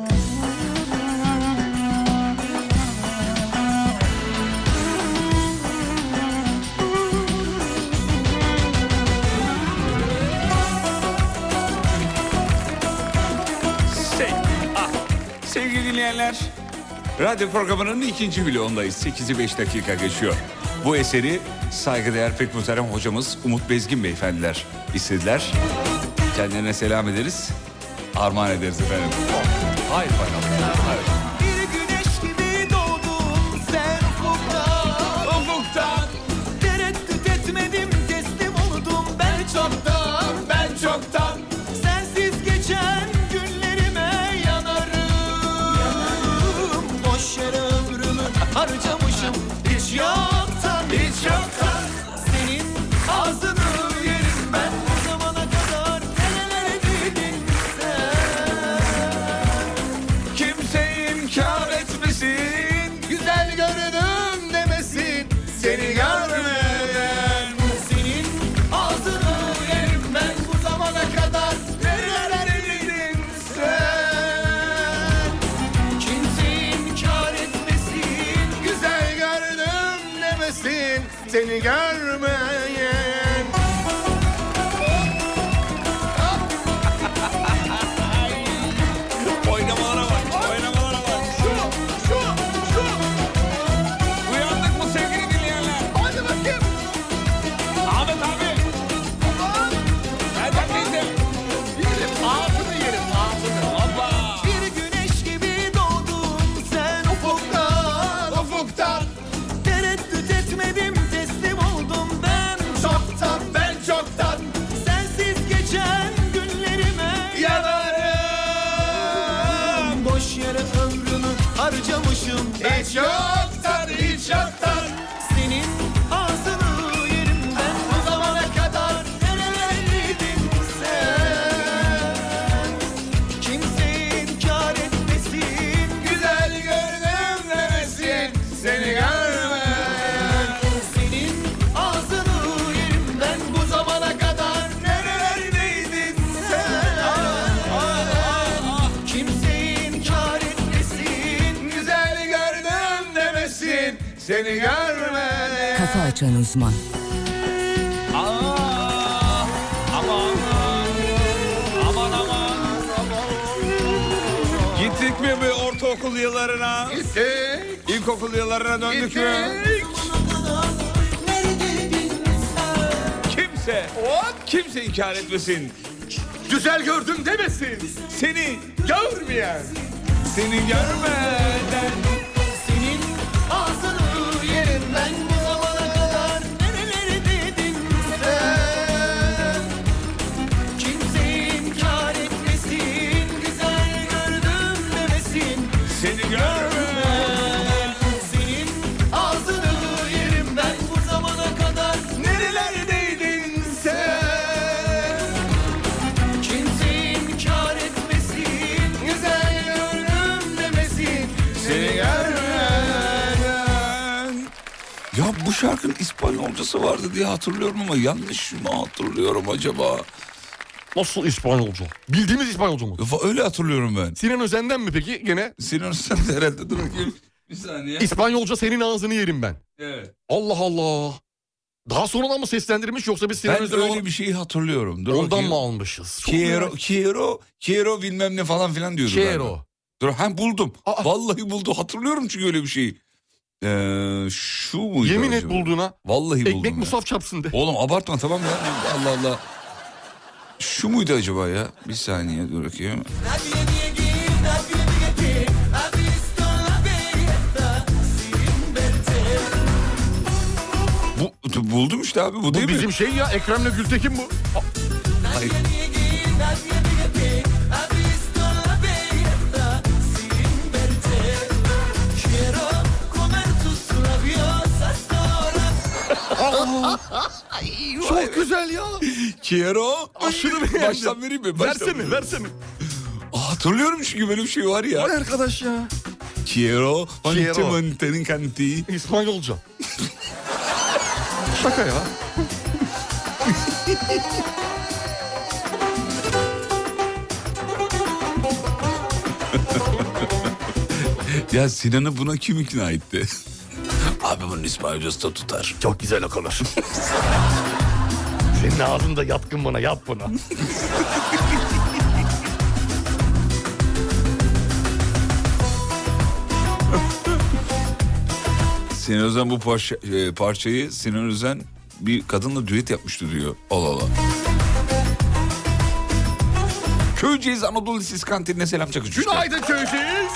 Şey, ah, sevgili dinleyenler, radyo programının ikinci bloğundayız. sekizi beş dakika geçiyor. Bu eseri saygıdeğer pek muhterem hocamız Umut Bezgin beyefendiler istediler. Kendilerine selam ederiz. Armağan ederiz efendim. Haydi bakalım. Haydi.
Bir güneş gibi doğdun sen ufuktan. Ufuktan. Tereddüt etmedim, teslim oldum ben çoktan. Ben çoktan. Sensiz geçen günlerime yanarım. Boş yere ömrümü harcamışım hiç yoktan.
demesin seni görmeyen.
Oynamalara bak, oynamalara bak.
Şu, şu, şu.
Uyandık mı sevgili dinleyenler?
Hadi bakayım.
Ahmet abi. Nereden bildin?
Yerim, ağzını yerim, ağzını.
Hoppa.
Bir güneş gibi doğdun sen ufuktan,
Ufuktan
tereddüt etmedim teslim oldum ben
çoktan, ben çoktan
sensiz geçen günlerime
yanarım.
boş yere ömrümü harcamışım ben
Hiç yoktan, hiç yoktan.
senin ağzını yerim ben bu zamana kadar nerelerdeydin sen kimse inkar etmesin
Güzel gördüm demesin seni görmeyen.
senin ağzını yerim ben bu zamana kadar
Nerelerdeydin sen?
kimse inkar etmesin
Güzel gördüm demesin seni görmeyen.
Kafa Açan Uzman.
Aa, aman, aman aman. Gittik mi bu ortaokul yıllarına?
Gittik,
İlkokul yıllarına döndük mü?
gittik.
Kimse, kimse inkar etmesin.
Güzel gördüm demesin
Seni,
görmeyen.
seni görmeden.
senin ağzını yerim ben bu zamana kadar nerelerdeydin sen kimse inkar etmesin güzel gördüm demesin
Seni görmeden.
senin ağzını yerim ben bu zamana kadar
Nerelerdeydin sen?
kimse inkar etmesin
Güzel gördüm demesin seni görmeyen.
Ya bu şarkının İspanyolcası vardı diye hatırlıyorum ama yanlış mı hatırlıyorum acaba?
Nasıl İspanyolca? Bildiğimiz İspanyolca mı?
Ya öyle hatırlıyorum ben.
Sinan Özen'den mi peki gene?
Sinan sen de herhalde dur bakayım. Bir saniye.
İspanyolca senin ağzını yerim ben.
Evet.
Allah Allah. Daha sonradan mı seslendirmiş yoksa biz Sinan
Ben
Özen
öyle
olarak
bir şeyi hatırlıyorum. Dur
ondan
bakayım.
mı almışız? Çok
Quiero,
merak-
quiero, quiero bilmem ne falan filan diyordu.
Quiero.
galiba. Dur ha buldum.
Aa.
Vallahi buldum. Hatırlıyorum çünkü öyle bir şeyi. Ee, şu muydu
Yemin et
acaba?
bulduğuna.
Vallahi buldum.
Ekmek
ya.
musaf çapsın de.
Oğlum abartma tamam ya. Allah Allah. Şu muydu acaba ya? Bir saniye dur bakayım.
nadie niegue nadie niegue que ha visto la belleza sin verte
Bu, buldum işte abi bu,
Bu
değil
bizim
mi?
şey ya Ekrem'le Gültekin bu.
Hayır.
nadie niegue nadie niegue que ha visto la belleza sin verte quiero comer tus labios hasta ahora
Çok güzel ya.
Quiero.
Aşırı beğendim.
Baştan vereyim mi? Baştan
Versene
vereyim.
versene.
Aa, hatırlıyorum çünkü böyle bir şey var ya.
Vay arkadaş ya.
Quiero.
Quiero.
Mantenin kanti.
İspanyolca. Şaka ya.
Ya Sinan'ı buna kim ikna etti? Abi bunun İspanyolcası da tutar.
Çok güzel okunur. Senin ağzında yatkın bana, yap buna.
Sinan Özen bu parça, e, parçayı Sinan Özen bir kadınla düet yapmıştı diyor. Allah Allah. Köyceğiz Anadolu Lisesi kantinine selam çakıcı.
Günaydın köyceğiz.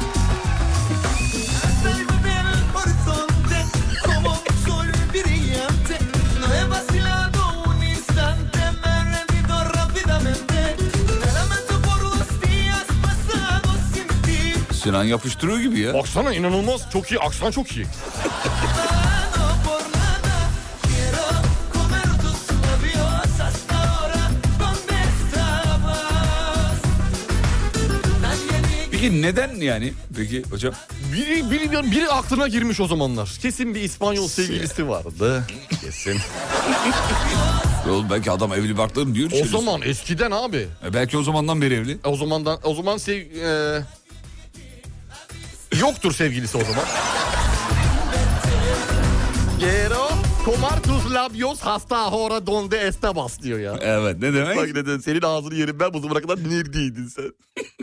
salgo en el horizonte como un sol brillante no he vacilado un instante me he rendido rápidamente me lamento por los días pasados sin ti
Sinan yapıştırıyor gibi ya.
Baksana inanılmaz. Çok iyi. Aksan çok iyi.
no por nada quiero comer tus labios hasta ahora donde estabas nadie niegue
Peki neden yani? Peki hocam.
Biri, biri, biri aklına girmiş o zamanlar. Kesin bir İspanyol sevgilisi vardı. Kesin.
Oğlum belki adam evli barklarım diyor.
O
içerisi.
zaman eskiden abi.
E belki o zamandan beri evli.
O zamandan o zaman sev e, yoktur sevgilisi o zaman. Quiero comer tus labios hasta ahora donde estabas diyor ya.
Evet, ne demek?
Bak neden senin ağzını yerim ben bu zamana kadar neredeydin sen?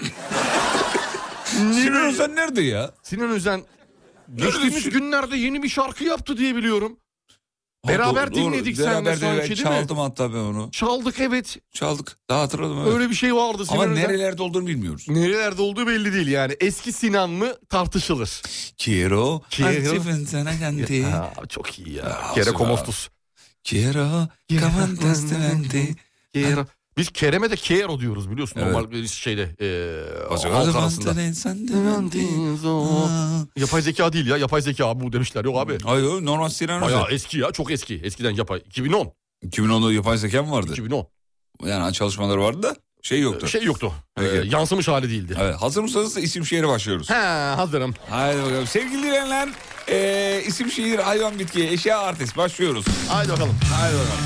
Sinan Özen nerede ya?
Sinan Özen geçtiğimiz günlerde yeni bir şarkı yaptı diye biliyorum. Beraber
Doğru,
dinledik
doğru.
seninle
Beraber
sanki
de
değil
çaldım
mi?
hatta ben onu.
Çaldık evet.
Çaldık. Daha hatırladım. Evet.
Öyle bir şey vardı Sinan
Ama
Özen.
nerelerde olduğunu bilmiyoruz.
Nerelerde olduğu belli değil yani. Eski Sinan mı tartışılır.
Quiero.
Quiero.
sana canti.
Ha, çok iyi ya.
Ya,
Kere
süper.
komostus.
Quiero. Camantaste.
Kero. Biz Kerem'e de Kero diyoruz biliyorsun.
Evet.
Normal bir şeyde. E,
Bazı
halk arasında.
arasında.
Yapay zeka değil ya. Yapay zeka bu demişler. Yok abi.
Hayır, normal Sinan Özen.
Bayağı eski ya. Çok eski. Eskiden yapay. iki bin on.
iki bin onda yapay zeka mı vardı?
iki bin on.
Yani çalışmaları vardı da şey yoktu.
Şey yoktu. Ee,
Peki.
yansımış hali değildi.
Evet, hazır mısınız? İsim şehire başlıyoruz.
He hazırım.
Haydi bakalım. Sevgili dinleyenler, e, isim şehir, hayvan, bitki, eşya, artist. Başlıyoruz.
Haydi bakalım.
Haydi bakalım.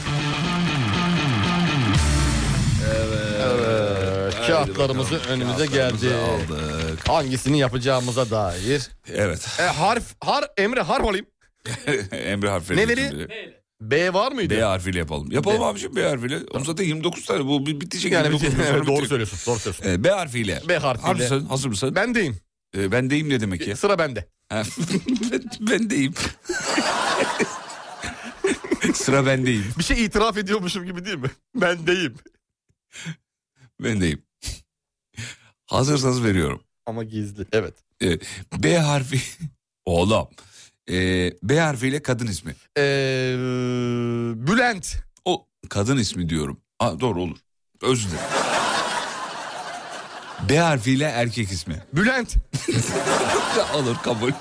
Evet. Kağıtlarımızı
bakalım.
önümüze
Kağıtlarımızı
geldi.
aldık.
Hangisini yapacağımıza dair.
Evet.
E, harf, har, Emre harf alayım.
Emre harfiyle.
Neleri?
şimdi.
B var mıydı?
B harfiyle yapalım. Yapalım
B.
abiciğim B harfiyle. Onun zaten yirmi dokuz tane. Bu bir bitecek.
Yani
yirmi dokuz
bir-
sonra
evet, doğru
bitecek.
söylüyorsun. Doğru söylüyorsun.
E, B harfiyle.
B harfiyle.
Hazır mısın? Hazır mısın?
Ben deyim.
E, ben deyim ne demek ya?
Sıra bende.
Ha, ben, ben deyim. Sıra bendeyim.
Bir şey itiraf ediyormuşum gibi değil mi? Ben deyim.
Ben deyim. Hazırsanız veriyorum.
Ama gizli. Evet.
E, B harfi. Oğlum. E, B harfiyle kadın ismi.
Ee, Bülent.
O kadın ismi diyorum. Aa, doğru olur. Özür dilerim. B harfiyle erkek ismi.
Bülent.
Olur, kabul.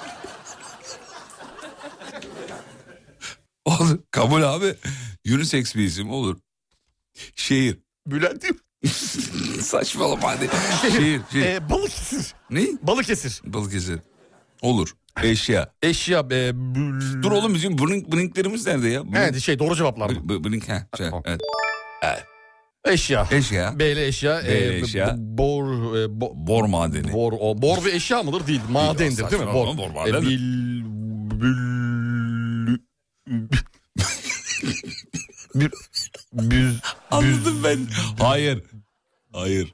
Olur, kabul abi. Unisex bir isim olur. Şehir.
Bülent değil mi?
Saçmalama hadi. Şehir. şehir.
Ee, Balıkesir.
Ne?
Balıkesir.
Balıkesir. Olur. Eşya.
Eşya. E, bül...
Dur oğlum, bizim blink, blinklerimiz nerede ya? Blink,
Evet şey doğru cevaplar mı?
b- blink, ha, şey,
Tamam.
evet.
Eşya.
Eşya.
B ile eşya.
B ile
e,
eşya.
Bor. E, bo,
Bor madeni.
bor, o, bor bir eşya mıdır? Değil. Madendir değil mi? Bor.
saçmalama, bor maden.
E, bil, bül, bir, büz,
Anladım ben. Hayır. Hayır.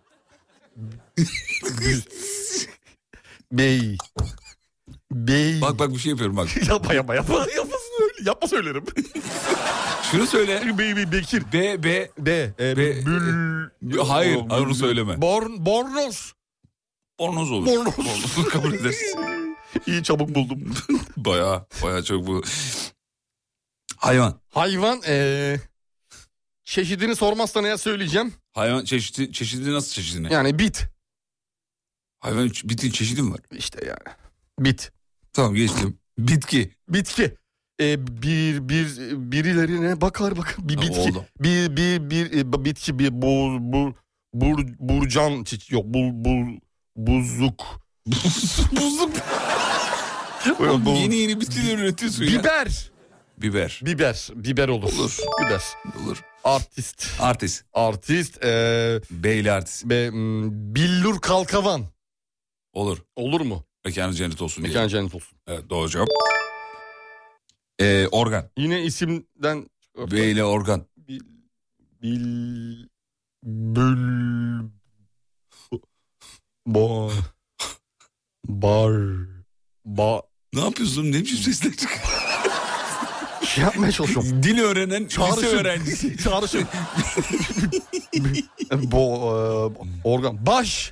bey. Bey.
Bak bak bir şey yapıyorum bak.
Yapma yapma yapma. Yapma, söyle, yapma söylerim.
Şunu söyle.
Bey, bey, Bekir.
B, B.
B. E,
B-
bül.
Hayır, hayır, onu söyleme.
Born, bornoz.
Bornoz olur.
Bornoz.
Bornoz kabul edersin.
İyi çabuk buldum.
Baya baya çok bu. Hayvan.
Hayvan ee, çeşidini sormazsan eğer söyleyeceğim.
Hayvan çeşidi, çeşidi nasıl çeşidini?
Yani bit.
Hayvan bitin çeşidi mi var?
İşte yani. Bit.
Tamam, geçtim. Bitki.
Bitki. Ee, bir bir birilerine bakar bak bir
Ya
bitki.
oğlum.
Bir bir bir e, bitki bir bu bu bur burcan çiç- yok bul bul buzluk.
Buzluk.
Böyle bu-
Yeni yeni bitkiler üretiyorsun ya.
Biber.
Biber.
Biber. Biber olur.
Olur.
Biber.
Olur.
Artist.
Artist.
Artist. Ee,
Beyli artist.
be, m, billur kalkavan.
Olur.
Olur mu?
Mekanı cennet olsun diye.
Mekan cennet olsun.
Evet, doğru cevap. Ee, organ.
Yine isimden...
Beyli organ.
Bil... Bil... Bül... Ba... Bar... Ba...
Ne yapıyorsun? Ne biçim sesler çıkıyor?
Şey yapmaya çalışıyorum.
Dil öğrenen lise
Çağrışım.
öğrencisi.
Çağrışım. Bo... e, organ... Baş...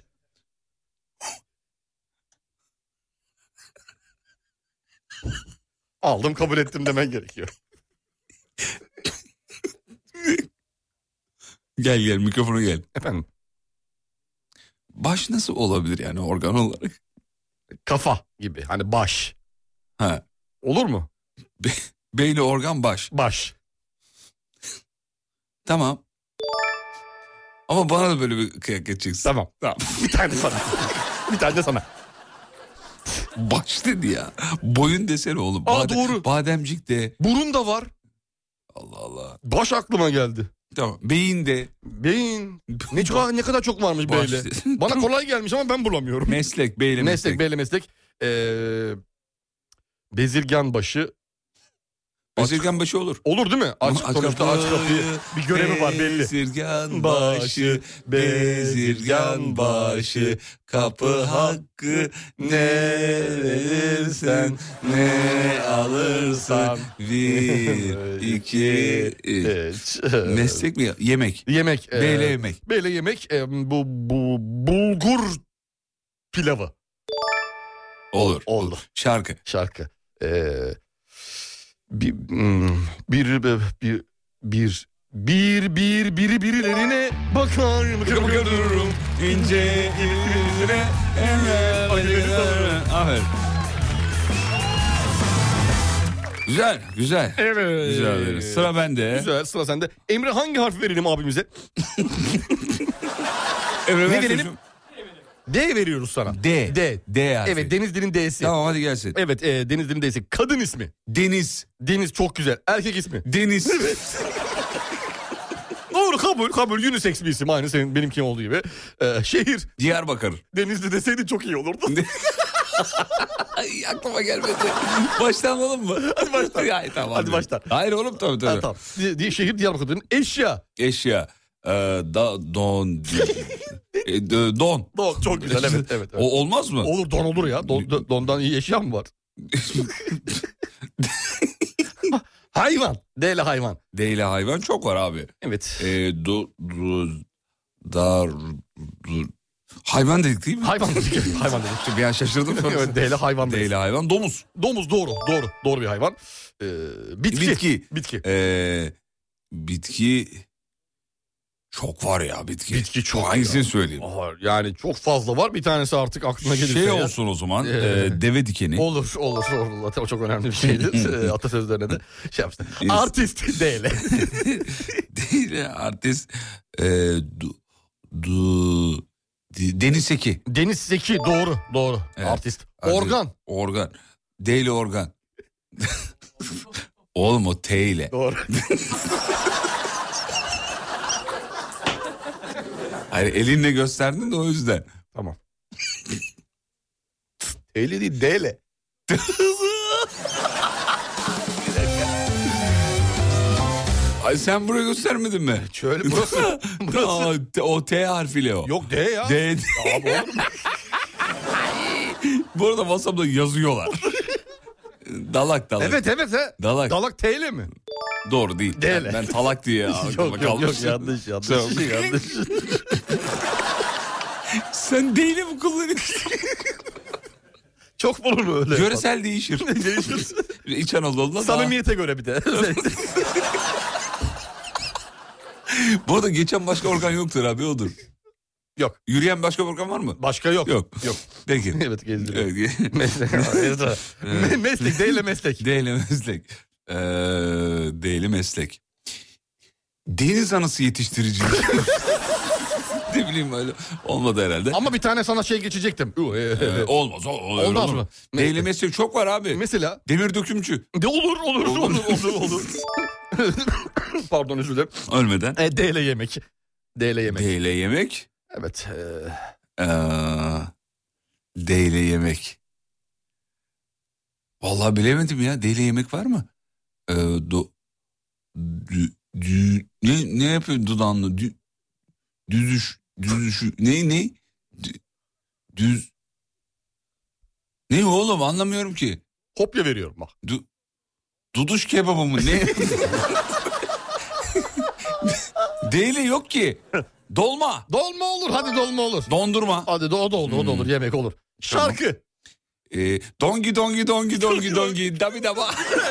Aldım kabul ettim demen gerekiyor.
Gel gel, mikrofona gel.
Efendim?
Baş nasıl olabilir yani organ olarak?
Kafa gibi hani baş.
Ha.
Olur mu?
Be beyli organ baş.
Baş.
Tamam. Ama bana da böyle bir kıyak edeceksin.
Tamam. Tamam. Bir tane de sana. Bir tane de sana.
Baş dedi ya. Boyun desene oğlum.
Aa,
Badem-
doğru.
Bademcik de.
Burun da var.
Allah Allah.
Baş aklıma geldi.
Tamam. Beyin de.
Beyin. Ne çok ne kadar çok varmış
Baş
beyle.
dedi.
Bana kolay gelmiş ama ben bulamıyorum.
Meslek. Beyle meslek.
Meslek, beyle meslek. Ee, bezirgan başı.
Bezirgan başı olur.
Olur değil mi? Aç,
Aç
sonuçta aç kapıyı. Bir görevi var belli.
Bezirgan başı, bezirgan başı, kapı hakkı ne verirsen ne alırsan bir, iki, üç. Meslek mi? Yemek.
Yemek. E,
Beyle yemek.
Beyle yemek. E, bu, bu bulgur pilavı.
Olur.
Oldu.
Şarkı.
Şarkı. Ee, bir, hmm, bir, bir, bir, bir, bir, bir, biri birilerine bakar. Bakar, bakar dururum.
İnce yüzüne aferin. Güzel, güzel.
Evet.
Güzel. Sıra bende.
Güzel, sıra sende. Emre hangi harf verelim abimize?
Emre,
ne verelim? D veriyoruz sana.
D.
D.
D harfi.
Evet, Denizli'nin D'si.
Tamam, hadi gelsin.
Evet, e, Denizli'nin D'si. Kadın ismi.
Deniz.
Deniz çok güzel. Erkek ismi.
Deniz.
Doğru, kabul kabul. Unisex bir isim, aynı senin benimki olduğu gibi. Ee, şehir.
Diyarbakır.
Denizli deseydin çok iyi olurdu.
Ay, aklıma gelmedi. Baştan alalım mı?
Hadi baştan.
Ya, tamam,
hadi baştan.
Hayır oğlum, tabii tabii.
Ha, tamam. Di, di, şehir Diyarbakır'ın. Eşya.
Eşya. Ee, da, don. e, d- don.
Don çok güzel, evet, evet, evet.
O olmaz mı?
Olur, don olur ya. Don, don- dondan iyi eşya mı var? Hayvan. D ile hayvan.
D ile hayvan çok var abi.
Evet.
Ee, du, du, dar, du, hayvan dedik değil mi?
Hayvan dedik. hayvan dedik.
Bir an şaşırdım.
Evet, D ile hayvan dedik.
D ile hayvan. Domuz.
Domuz doğru. Doğru. Doğru bir hayvan. Ee, bitki.
Bitki.
Bitki.
Ee, bitki çok var ya bitki.
Bitki çok.
Hangisini
ya.
söyleyeyim?
Aha, yani çok fazla var. Bir tanesi artık aklına gelirse.
Şey
ya.
olsun o zaman.
Ee,
e, deve dikeni.
Olur, olur, olur. O çok önemli bir şeydir. Atasözlerine de şey yapmışlar. Artist D ile.
Değil artist. E, du, du, Deniz Seki.
Deniz Seki doğru, doğru.
Evet.
Artist.
Artist.
Organ.
Organ. D ile organ. Oğlum o T ile.
Doğru.
Hayır, elinle gösterdin de o yüzden.
Tamam. T ile değil, D ile.
Ay sen buraya göstermedin mi?
Şöyle burası. burası.
Aa, t- o T harfiyle o.
Yok D ya.
D.
Ya abi olur mu?
Bu arada WhatsApp'ta yazıyorlar. Dalak dalak.
Evet evet he.
Dalak.
Dalak T ile mi?
Doğru değil.
D
Ben,
ile.
ben talak diye
yok
aklıma
yok yok
kalmış.
yanlış yanlış.
Tamam.
yanlış.
Sen D ile mi kullanıyorsun?
Çok olur mu öyle?
Yöresel değişir.
Değişir.
İç Anadolu'da
Samimiyete göre bir de.
Bu arada geçen başka organ yoktur abi, odur.
Yok.
Yürüyen başka organ var mı?
Başka yok.
Yok.
Yok.
Peki.
Evet gezdiriyor.
Evet.
Meslek. Me- meslek değil meslek.
D ile meslek. Ee, D ile meslek. Deniz anası yetiştirici. Ne bileyim öyle. Olmadı herhalde.
Ama bir tane sana şey geçecektim.
Ee, olmaz. O, o,
Olmaz
olur.
mı?
D ile meslek çok var abi.
Mesela?
Demir dökümcü.
De olur olur olur olur olur. Pardon özür dilerim.
Ölmeden.
E, D ile yemek. D ile yemek.
D ile yemek.
Evet. E...
Ee, D ile yemek. Vallahi bilemedim ya. D ile yemek var mı? Ee, do, dü, dü, ne, ne yapıyor dudağınla? Dü, düzüş, düzüş, ne, ne? Dü, düz. Ne oğlum, anlamıyorum ki.
Kopya veriyorum bak.
Du, duduş kebabı mı ne? D ile yok ki. Dolma.
Dolma olur, hadi dolma olur.
Dondurma.
Hadi do, o da olur, o da olur, yemek olur. Şarkı.
Ee, dongi dongi dongi dongi dongi dabi daba.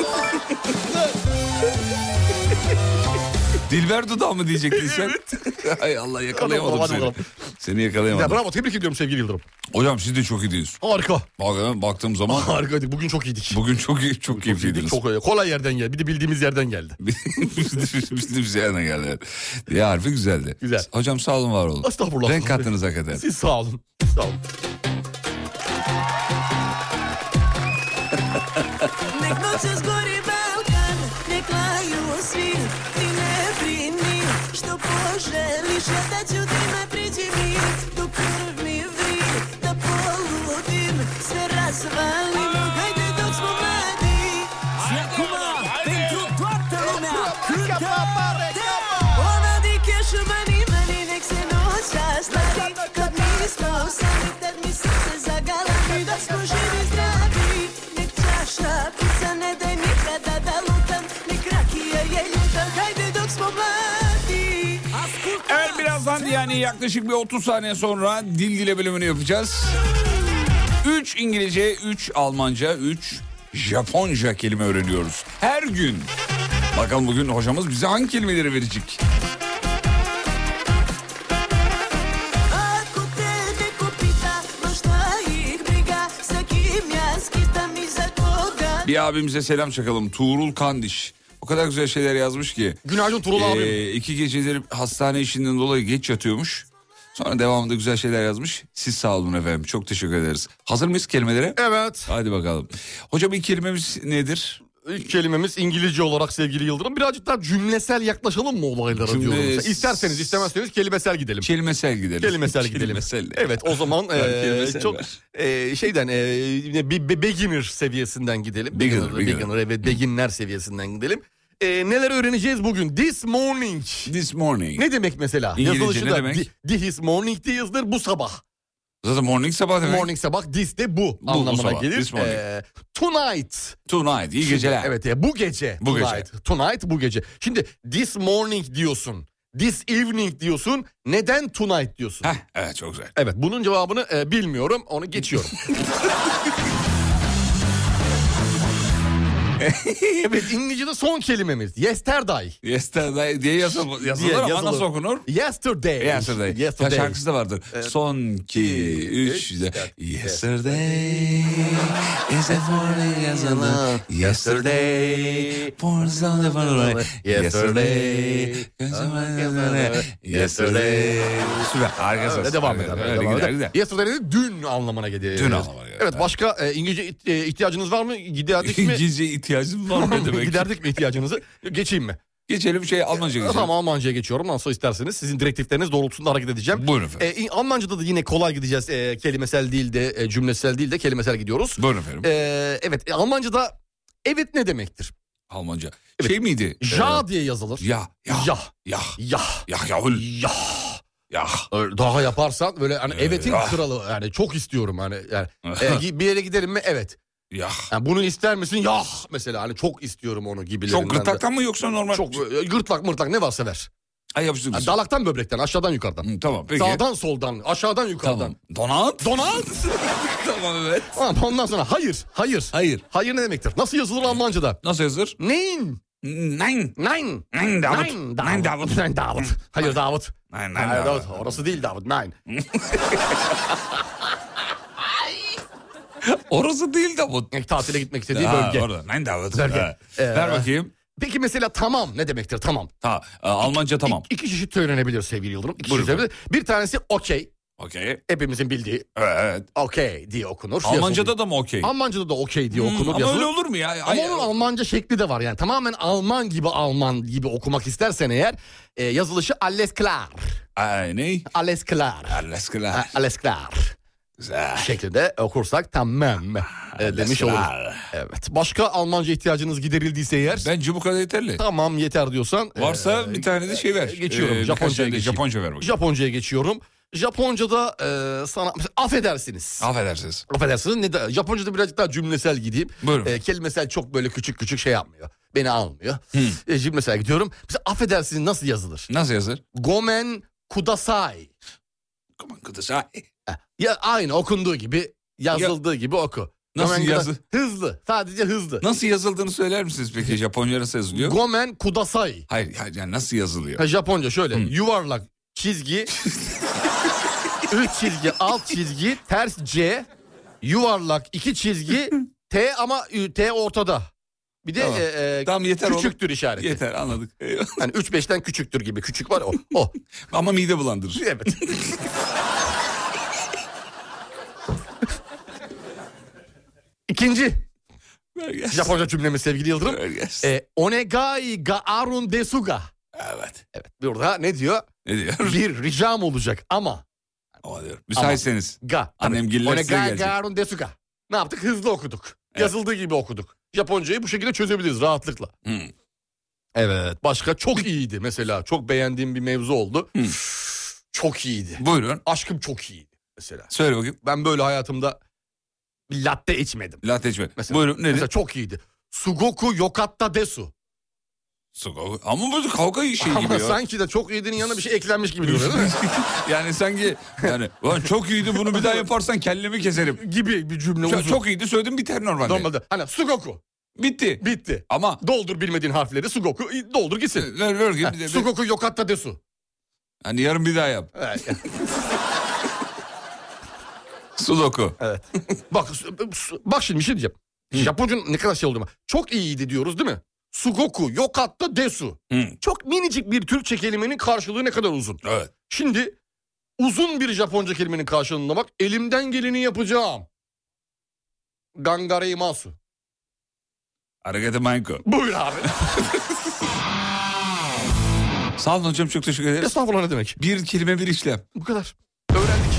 Dilber dudağı mı diyecektin sen? Evet. Hay Allah, yakalayamadım
hadi
seni.
bakalım.
Seni yakalayamadım.
Ya bravo, tebrik ediyorum sevgili Yıldırım.
Hocam siz de çok iyiydiniz.
Harika.
Bak, baktığım zaman.
Harikaydık, bugün çok iyiydik.
Bugün çok iyi, çok keyifliydiniz.
Çok iyi. Kolay yerden geldi, bir de bildiğimiz yerden geldi.
Bildiğimiz yerden geldi. Ya harfi güzeldi.
Güzel.
Hocam sağ olun, var olun.
Estağfurullah.
Renk kattınız hakikaten.
Siz sağ olun. Sağ olun.
Nek noćas gori Balkan, nek laju svi, ti ne brini, što poželiš, ja da ću ti me priđi mi, dok krv mi vri, da poludim, sve razvalim, hajde dok smo mladi. Znakuma, pentru
Yani yaklaşık bir otuz saniye sonra dil dile bölümünü yapacağız. üç İngilizce, üç Almanca, üç Japonca kelime öğreniyoruz. Her gün. Bakalım bugün hocamız bize hangi kelimeleri verecek? Bir abimize selam çakalım. Tuğrul Kandiş. O kadar güzel şeyler yazmış ki.
Günaydın Tuğrul
ee,
abi.
İki gecedir hastane işinden dolayı geç yatıyormuş. Sonra devamında güzel şeyler yazmış. Siz sağ olun efendim. Çok teşekkür ederiz. Hazır mıyız kelimelere?
Evet.
Hadi bakalım. Hocam ilk kelimemiz nedir?
İlk kelimemiz İngilizce olarak sevgili Yıldırım. Birazcık daha cümlesel yaklaşalım mı olaylara
Cümle...
diyorum. İsterseniz istemezseniz kelimesel gidelim.
Kelimesel gidelim.
Kelimesel gidelim.
Kelimesel.
Evet o zaman e, çok
var.
e, şeyden e, bir be, beginner seviyesinden gidelim.
Beginner, beginner.
beginner evet beginner seviyesinden gidelim. E, neler öğreneceğiz bugün? This morning.
This morning.
Ne demek mesela?
İngilizce
Yazılışı
ne
da
demek?
di- This morning diye yazılır bu sabah.
Zaten morning sabah demek.
Morning sabah this de bu,
Bu, bu
anlamına
sabah,
gelir.
this morning.
E, tonight.
Tonight. İyi geceler.
Evet ya bu gece.
Bu gece.
tonight. Tonight bu gece. Şimdi this morning diyorsun. This evening diyorsun. Neden tonight diyorsun?
Heh, evet çok güzel.
Evet bunun cevabını e, bilmiyorum. Onu geçiyorum. Evet İngilizce'de son kelimemiz. Yesterday.
Yesterday diye yazılır, yazılır
Diye
ama
yazılır.
nasıl okunur?
Yesterday.
Yesterday.
Yesterday.
Şarkısı da vardır.
Evet.
Son, iki, üç.
üç,
de.
dört.
Yesterday is a morning yazılır. Yesterday for the morning. Yesterday. Yesterday. Süper. Harikasın.
Öyle devam eder.
Öyle
Öyle devam
gider,
eder.
gider.
Yesterday de dün anlamına gelir.
Dün anlamına gelir.
Evet başka e, İngilizce it- e, ihtiyacınız var mı? Giderdik mi?
İngilizce ihtiyacım var mı demek?
Giderdik mi ihtiyacınızı? Geçeyim mi?
Geçelim şey Almanca geçelim.
Tamam Almanca'ya geçiyorum. Nasıl isterseniz sizin direktifleriniz doğrultusunda hareket edeceğim.
Buyurun efendim.
E, Almanca'da da yine kolay gideceğiz. E, kelimesel değil de e, cümlesel değil de kelimesel gidiyoruz.
Buyurun efendim.
E, evet e, Almanca'da evet ne demektir?
Almanca.
Evet.
Şey miydi?
Ja
Ee,
diye yazılır.
Ya. Ya.
Ya.
Ya.
Ya.
Ya. Yahul.
Ya.
Ya.
Öyle Daha yaparsan böyle hani
Ee,
evetin
ya.
kralı yani çok istiyorum hani yani e, bir yere gidelim mi evet.
Ya.
Yani bunu ister misin? Ya mesela hani çok istiyorum onu gibilerinden.
Çok gırtlaktan mı yoksa normal?
Çok e, gırtlak mırtlak ne varsa ver.
Ay yapıştır.
Yani dalaktan böbrekten aşağıdan yukarıdan.
Hı, tamam peki.
Sağdan soldan aşağıdan yukarıdan.
Tamam. Donat.
Donat.
Tamam evet.
Ama ondan sonra hayır hayır.
Hayır.
Hayır ne demektir? Nasıl yazılır Almanca'da?
Nasıl yazılır?
Nein.
Nein.
Nein.
Nein Davut.
Nein
Nein Davut.
Nein Davut. Hayır Davut.
Nein, nein,
Hayır
Davut.
Davut. Orası değil Davut. Nein.
Orası değil Davut.
Tatile gitmek istediği
Ha,
bölge.
orada. Nein Davut.
Bölge.
Ha.
Ee,
Ver bakayım.
Peki mesela tamam ne demektir tamam?
Ta, e, Almanca tamam.
İki, iki çeşit söylenebilir sevgili Yıldırım. İki
Buyurun.
çeşit söylenebilir. Bir tanesi okey.
Okey.
Hepimizin bildiği
Evet. evet.
okey diye okunur.
Almanca'da da mı okey?
Almanca'da da okey diye
Hmm,
okunur.
ama
yazılır.
öyle olur mu ya?
Ama
Ay,
onun Almanca şekli de var yani. Tamamen Alman gibi Alman gibi okumak istersen eğer e, yazılışı alles klar.
Ay, ne?
Alles klar.
Alles klar.
Ha, Alles klar.
Güzel.
Şeklinde okursak tamam e, demiş oluruz.
klar.
Evet. Başka Almanca ihtiyacınız giderildiğse eğer.
Bence bu kadar yeterli.
Tamam yeter diyorsan.
Varsa
e,
bir tane de şey ver.
Geçiyorum.
Ee, birkaç
Japonca'ya
tane de
geçeyim.
Japonca ver bakayım.
Japonca'ya geçiyorum. Japonca'da e, sana mesela affedersiniz.
Affedersiniz.
Affedersiniz. Ne de, Japonca'da birazcık daha cümlesel gideyim.
Buyurun.
E, kelimesel çok böyle küçük küçük şey yapmıyor. Beni almıyor. E, cümlesel gidiyorum. Mesela affedersiniz nasıl yazılır?
Nasıl yazılır?
Gomen kudasai.
Aman kıdasa.
Ha, ya aynı okunduğu gibi yazıldığı gibi oku.
Nasıl
Gomen kuda-
yazı-
Hızlı. Sadece hızlı.
Nasıl yazıldığını söyler misiniz peki? Japonca nasıl yazılıyor?
Gomen kudasai.
Hayır, hayır yani nasıl yazılıyor?
Ha, Japonca şöyle yuvarlak çizgi üç çizgi alt çizgi ters C yuvarlak iki çizgi T ama T ortada. Bir de
Tamam.
e, e,
Tamam, yeter
küçüktür işareti.
Yeter anladık. Eyvallah.
Yani üç beşten küçüktür gibi küçük var o. O.
Ama mide bulandırır.
Evet. İkinci
Ver gelsin.
Japonca cümlemiz sevgili Yıldırım.
Ver gelsin.
E, onegai ga arun desuga.
Evet.
Evet burada ne diyor?
Ne diyor?
Bir ricam olacak ama
Ama diyor. Müsaitseniz.
ga.
Annem giller size
Onegai
gelecek.
ga arun desuga. Ne yaptık? Hızlı okuduk. Yazıldığı gibi okuduk. Japoncayı bu şekilde çözebiliriz rahatlıkla.
Hmm.
Evet. Başka çok iyiydi mesela. Çok beğendiğim bir mevzu oldu. Çok iyiydi.
Buyurun.
Aşkım çok iyiydi mesela.
Söyle bakayım.
Ben böyle hayatımda bir latte içmedim.
Latte içme.
Mesela,
Buyurun nedir?
Mesela çok iyiydi. Sugoku yokatta desu.
Sudoku. Ama bu kavga işi
Ama
gibi ya.
sanki de çok iyinin yanına bir şey eklenmiş gibi duruyor değil mi?
Yani sanki yani "Ulan çok iyiydi, bunu bir daha yaparsan kellemi keserim."
Gibi bir cümle
Çok,
uzun.
çok iyiydi söyledim, biter normalde.
Normalde. Hani Sudoku.
Bitti.
Bitti.
Ama
Doldur bilmediğin harfleri Sudoku doldur gitsin.
ver, ver,
Ha,
bir de-
Sudoku yokatta desu.
Hani yarın bir daha yap.
Evet.
Sudoku.
Evet. Bak bak şimdi bir şey diyeceğim. Japonca'nın ne kadar şey oldu mu? Çok iyiydi diyoruz değil mi? Sugoku, yokatta desu.
Hı.
Çok minicik bir Türkçe kelimenin karşılığı ne kadar uzun.
Evet.
Şimdi uzun bir Japonca kelimenin karşılığında bak, elimden geleni yapacağım. Gangareimasu.
Harekete Manko.
Buyur abi.
Sağ olun hocam, çok teşekkür ederiz.
Estağfurullah, ne demek.
Bir kelime bir işlem.
Bu kadar. Öğrendik.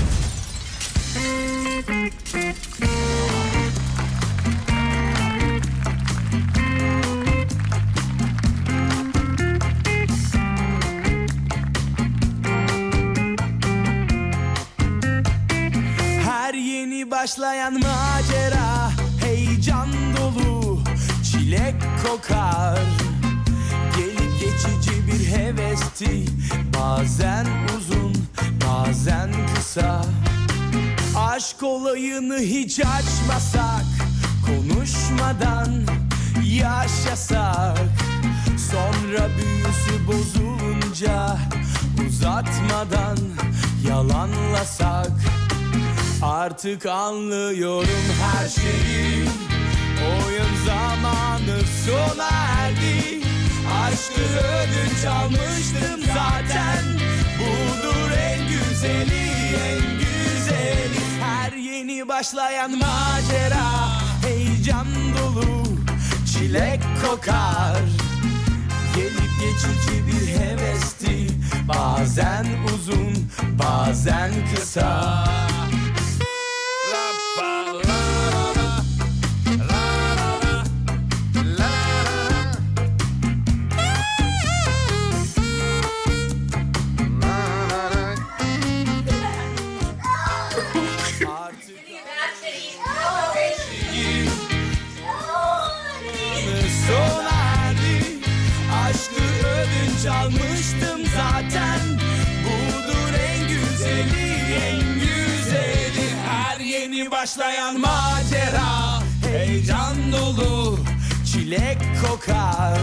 Her yeni başlayan macera heyecan dolu, çilek kokar. Gelip geçici bir hevesti, bazen uzun bazen kısa. Aşk olayını hiç açmasak, konuşmadan yaşasak. Sonra büyüsü bozulunca uzatmadan yalanlasak. Artık anlıyorum her şeyi, oyun zamanı sona erdi. Aşkı ödünç almıştım zaten, budur en güzeli, en güzeli. Her yeni başlayan macera heyecan dolu, çilek kokar. Gelip geçici bir hevesti, bazen uzun bazen kısa. Sona erdi. Aşkı ödünç almıştım zaten, budur en güzeli, en güzeli. Her yeni başlayan macera heyecan dolu, çilek kokar.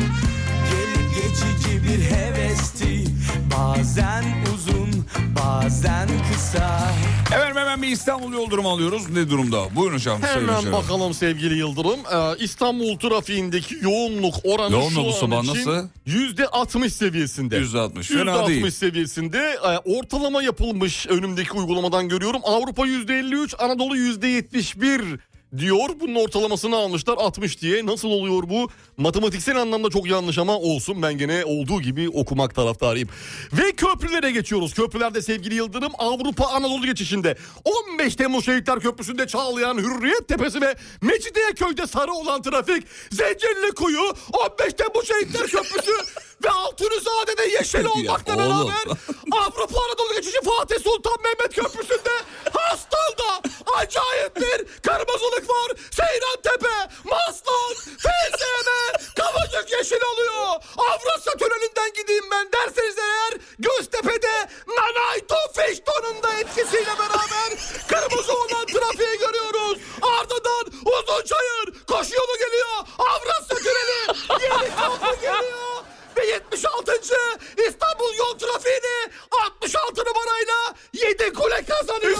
Gelip geçici bir hevesti, bazen uzun bazen kısa.
Efendim hemen bir İstanbul yol durumu alıyoruz. Ne durumda? Buyurun hocam. sayın
Hemen
hocam.
bakalım sevgili Yıldırım. Ee, İstanbul trafiğindeki yoğunluk oranı
Yoğunluğu
şu
bu sabah
an için
nasıl?
yüzde altmış seviyesinde.
yüzde altmış.
yüzde
Fena değil.
altmış seviyesinde. Ee, ortalama yapılmış önümdeki uygulamadan görüyorum. Avrupa yüzde elli üç, Anadolu yüzde yetmiş bir diyor. Bunun ortalamasını almışlar altmış diye. Nasıl oluyor bu? Matematiksel anlamda çok yanlış ama olsun. Ben gene olduğu gibi okumak taraftarıyım. Ve köprülere geçiyoruz. Köprülerde sevgili Yıldırım, Avrupa Anadolu geçişinde on beş Temmuz Şehitler Köprüsü'nde Çağlayan, Hürriyet Tepesi ve Mecidiyeköy'de sarı olan trafik, Zencirlikuyu, on beş Temmuz Şehitler Köprüsü ve Altunizade'de yeşil olmakla
Ya oğlum.
beraber Avrupa Anadolu geçişi Fatih Sultan Mehmet Köprüsü'nde Hastal'da acayip bir kırmızılık var. Seyrantepe, Maslan, F S M, Kavacık yeşil oluyor. Avrasya Tüneli'nden gideyim ben derseniz eğer, Göztepe'de Nanayto Feşton'un da etkisiyle beraber kırmızı olan trafiği görüyoruz. Ardından Uzunçayır koşu yolu geliyor. Avrasya Tüneli, Yeni Kapı geliyor. Ve yetmiş altıncı İstanbul yol trafiğini altmış altı numarayla yedi Kule kazanıyor.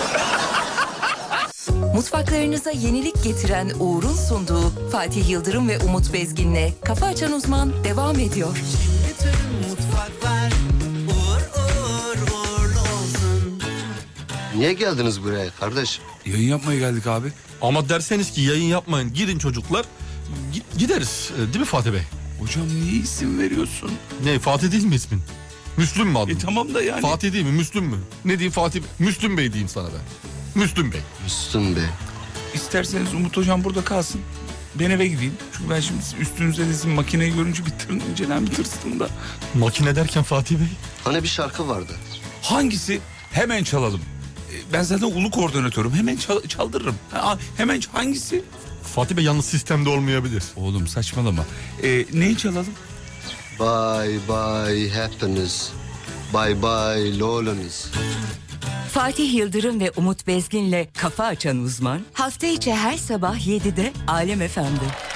Mutfaklarınıza yenilik getiren Uğur'un sunduğu Fatih Yıldırım ve Umut Bezgin'le Kafa Açan Uzman devam ediyor.
Bütün mutfaklar uğur uğur uğurlu olsun.
Niye geldiniz buraya kardeş?
Yayın yapmaya geldik abi.
Ama derseniz ki yayın yapmayın, gidin çocuklar, Gid- gideriz e, değil mi Fatih Bey?
Hocam niye isim veriyorsun?
Ne, Fatih değil mi ismin? Müslüm mü adın?
E tamam da yani.
Fatih değil mi, Müslüm mü? Ne diyeyim Fatih? Müslüm Bey diyeyim sana ben. Müslüm Bey.
Müslüm Bey.
İsterseniz Umut hocam burada kalsın. Ben eve gideyim. Çünkü ben şimdi üstünüzde dizim makineyi görünce bir tırın inceden bir tırsdım da.
Makine derken Fatih Bey?
Hani bir şarkı vardı.
Hangisi? Hemen çalalım. E, Ben zaten ulu koordinatörüm. Hemen çal- çaldırırım. Ha, hemen ç- hangisi?
Fatih Bey yalnız sistemde olmayabilir.
Oğlum saçmalama. E, neyi çalalım?
Bye bye happiness. Bye bye loneliness.
Fatih Yıldırım ve Umut Bezgin'le Kafa Açan Uzman hafta içi her sabah yedide Alem F M'de.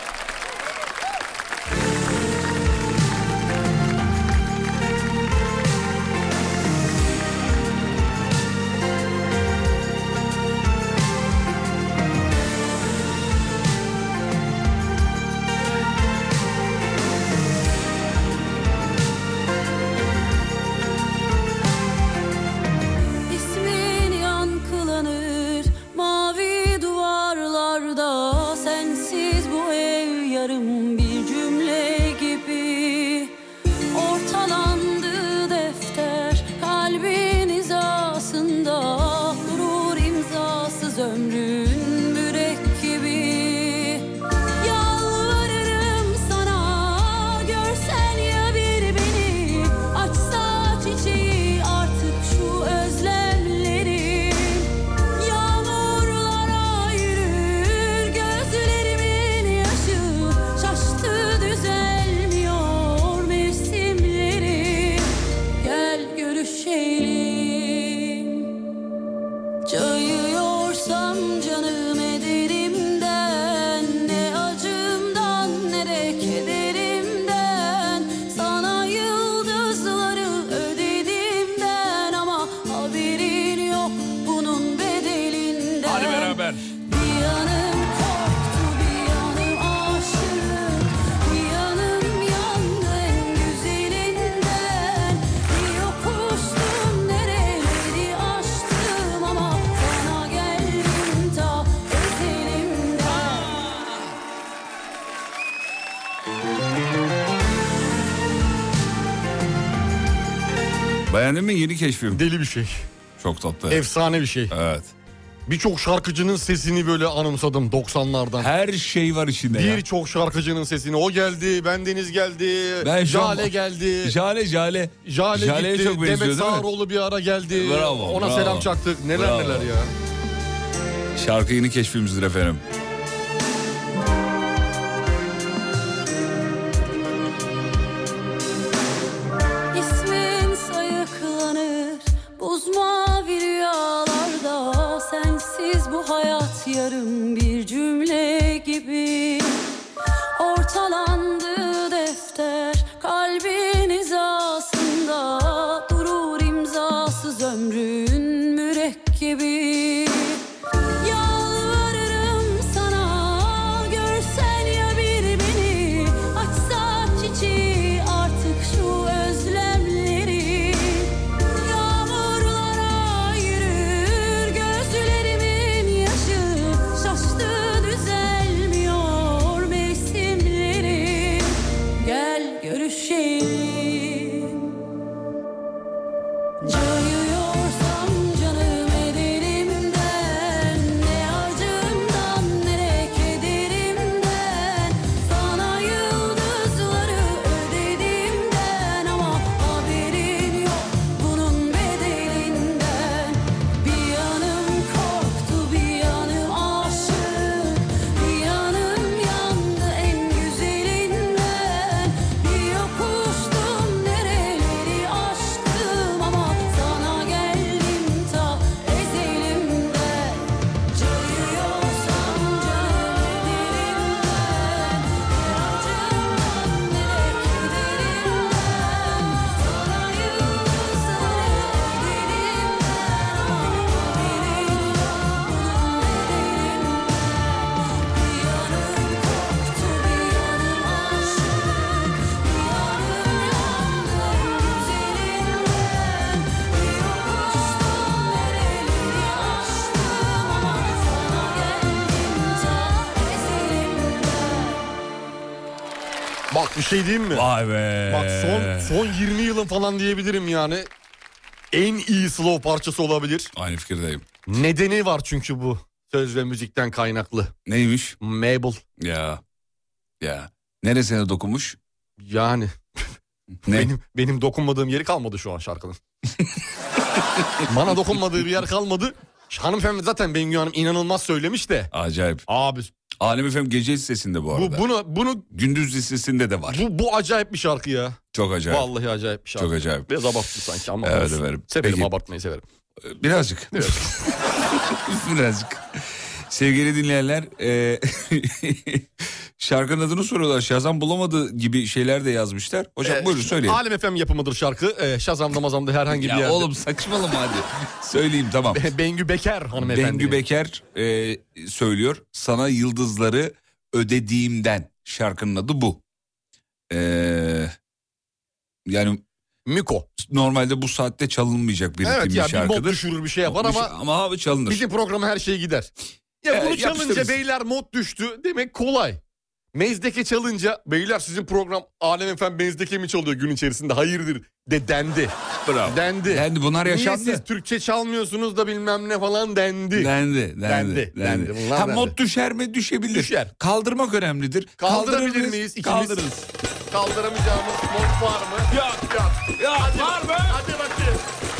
İsmin yankılanır mavi duvarlarda, sensiz bu ev yarım bir cümle gibi. Ortalandı defter kalbin hizasında, durur imzasız ömrün mürekkebi. Yalvarırım sana, görsen ya bir beni, açsa çiçeği artık şu özlemlerim. Yağmurlara yürür gözlerimin yaşı, şaştı düzelmiyor mevsimlerim. Gel görüşelim. Cayıyorsam canım ederimden, ne acımdan ne de kederimden, sana yıldızları ödedimden, ama haberin yok bunun bedelinden.
Hadi beraber.
Bir yanım korktu, bir yanım aşık, bir yanım yandı en güzelinden. Bir yokuştum nereleri aştım, ama sana geldim ta ezelimden.
Beğendin mi yeni keşfim?
Deli bir şey.
Çok tatlı.
Efsane bir şey.
Evet.
Birçok şarkıcının sesini böyle anımsadım doksanlardan.
Her şey var içinde ya.
Birçok şarkıcının sesini. O geldi, Bendeniz geldi,
Ben şu an-
Jale geldi.
Jale Jale.
Jale
Jale'ye
gitti,
çok benziyor
Demet
değil mi?
Sağaroğlu bir ara geldi.
Bravo,
Ona
bravo.
selam çaktık. Neler
Bravo.
neler ya.
Şarkı yeni keşfimizdir efendim.
İsmin sayıklanır buz mavi rüyalarda, sensiz bu hayat yarım bir cümle gibi. Ortalandı defter kalbin hizasında, durur imzasız ömrün mürekkebi. Yalvarırım sana, görsen ya bir beni, açsa çiçeği artık şu özlemleri. Yağmurlara yürür gözlerimin yaşı, şaştı düzelmiyor mevsimlerim. Gel görüşelim. Cayıyorsam canım ederimden, ne acımdan ne de kederimden, sana yıldızları ödedimden, ama haberin yok bunun bedelinden. Bir yanım korktu, bir yanım aşık, bir yanım yandı en güzelinden. Bir yokuştum nereleri aştım, ama sana geldim ta ezelimden. Cayıyorsam canım ederimden, ne acımdan ne de kederimden, sana yıldızları ödedimden, ama haberin yok bunun bedelinden. Bir yanım korktu, bir yanım aşık, bir yanım yandı en güzelinden. Bir yokuştum nereleri aştım, ama sana geldim ta ezelimden.
Bak bir şey diyeyim mi?
Vay be.
Bak son son yirmi yılın falan diyebilirim yani. En iyi slow parçası olabilir.
Aynı fikirdeyim.
Nedeni var çünkü bu. Söz ve müzikten kaynaklı.
Neymiş?
Mabel.
Ya. Ya. Neresine dokunmuş?
Yani.
Ne?
Benim benim dokunmadığım yeri kalmadı şu an şarkının. Bana dokunmadığı bir yer kalmadı. Hanımefendi zaten Bengü Hanım inanılmaz söylemiş de.
Acayip.
Abi
Alem Efem gece listesinde bu arada.
Bu, bunu, bunu,
Gündüz listesinde de var.
bu, bu acayip bir şarkı ya.
Çok acayip.
Vallahi acayip bir şarkı.
Çok acayip.
Biraz abarttı sanki ama.
Evet
olsun.
efendim.
Severim,
Peki.
abartmayı severim.
Birazcık. Birazcık. Sevgili dinleyenler, e, şarkının adını soruyorlar. Şazam bulamadı gibi şeyler de yazmışlar. Hocam
Ee,
buyurun söyleyin.
Alem Efem yapımıdır şarkı. Ee, Şazam'da mazamda herhangi bir
Ya
yerde.
oğlum saçmalama hadi. Söyleyeyim tamam.
Bengü Beker hanımefendi.
Bengü Beker e, söylüyor. Sana yıldızları ödediğimden, şarkının adı bu. Ee, yani
Miko.
normalde bu saatte çalınmayacak bir
Evet
ritimli
ya, bir
şarkıdır.
mod düşürür bir şey yapar
Bir şey-
ama
ama abi çalınır.
bizim programa her şey gider. Ya
Evet,
bunu çalınca
yapıştırırız.
beyler mod düştü demek kolay. Mezdeke çalınca beyler sizin program Alem Efem Mezdeke mi çalıyor gün içerisinde, hayırdır de dendi.
Bravo.
Dendi.
Dendi, bunlar
Niye
yaşandı.
siz Türkçe çalmıyorsunuz da bilmem ne falan dendi.
Dendi, dendi,
Dendi,
dendi.
dendi. Bunlar
Ha,
dendi.
mod düşer mi? Düşebilir.
Düşer.
Kaldırmak önemlidir.
Kaldırabilir
Kaldırır
miyiz ikimiz?
Kaldırırız.
Kaldıramayacağımız mod var mı?
Yok.
Yok.
Ya
Hadi,
var mı?
Hadi bakayım.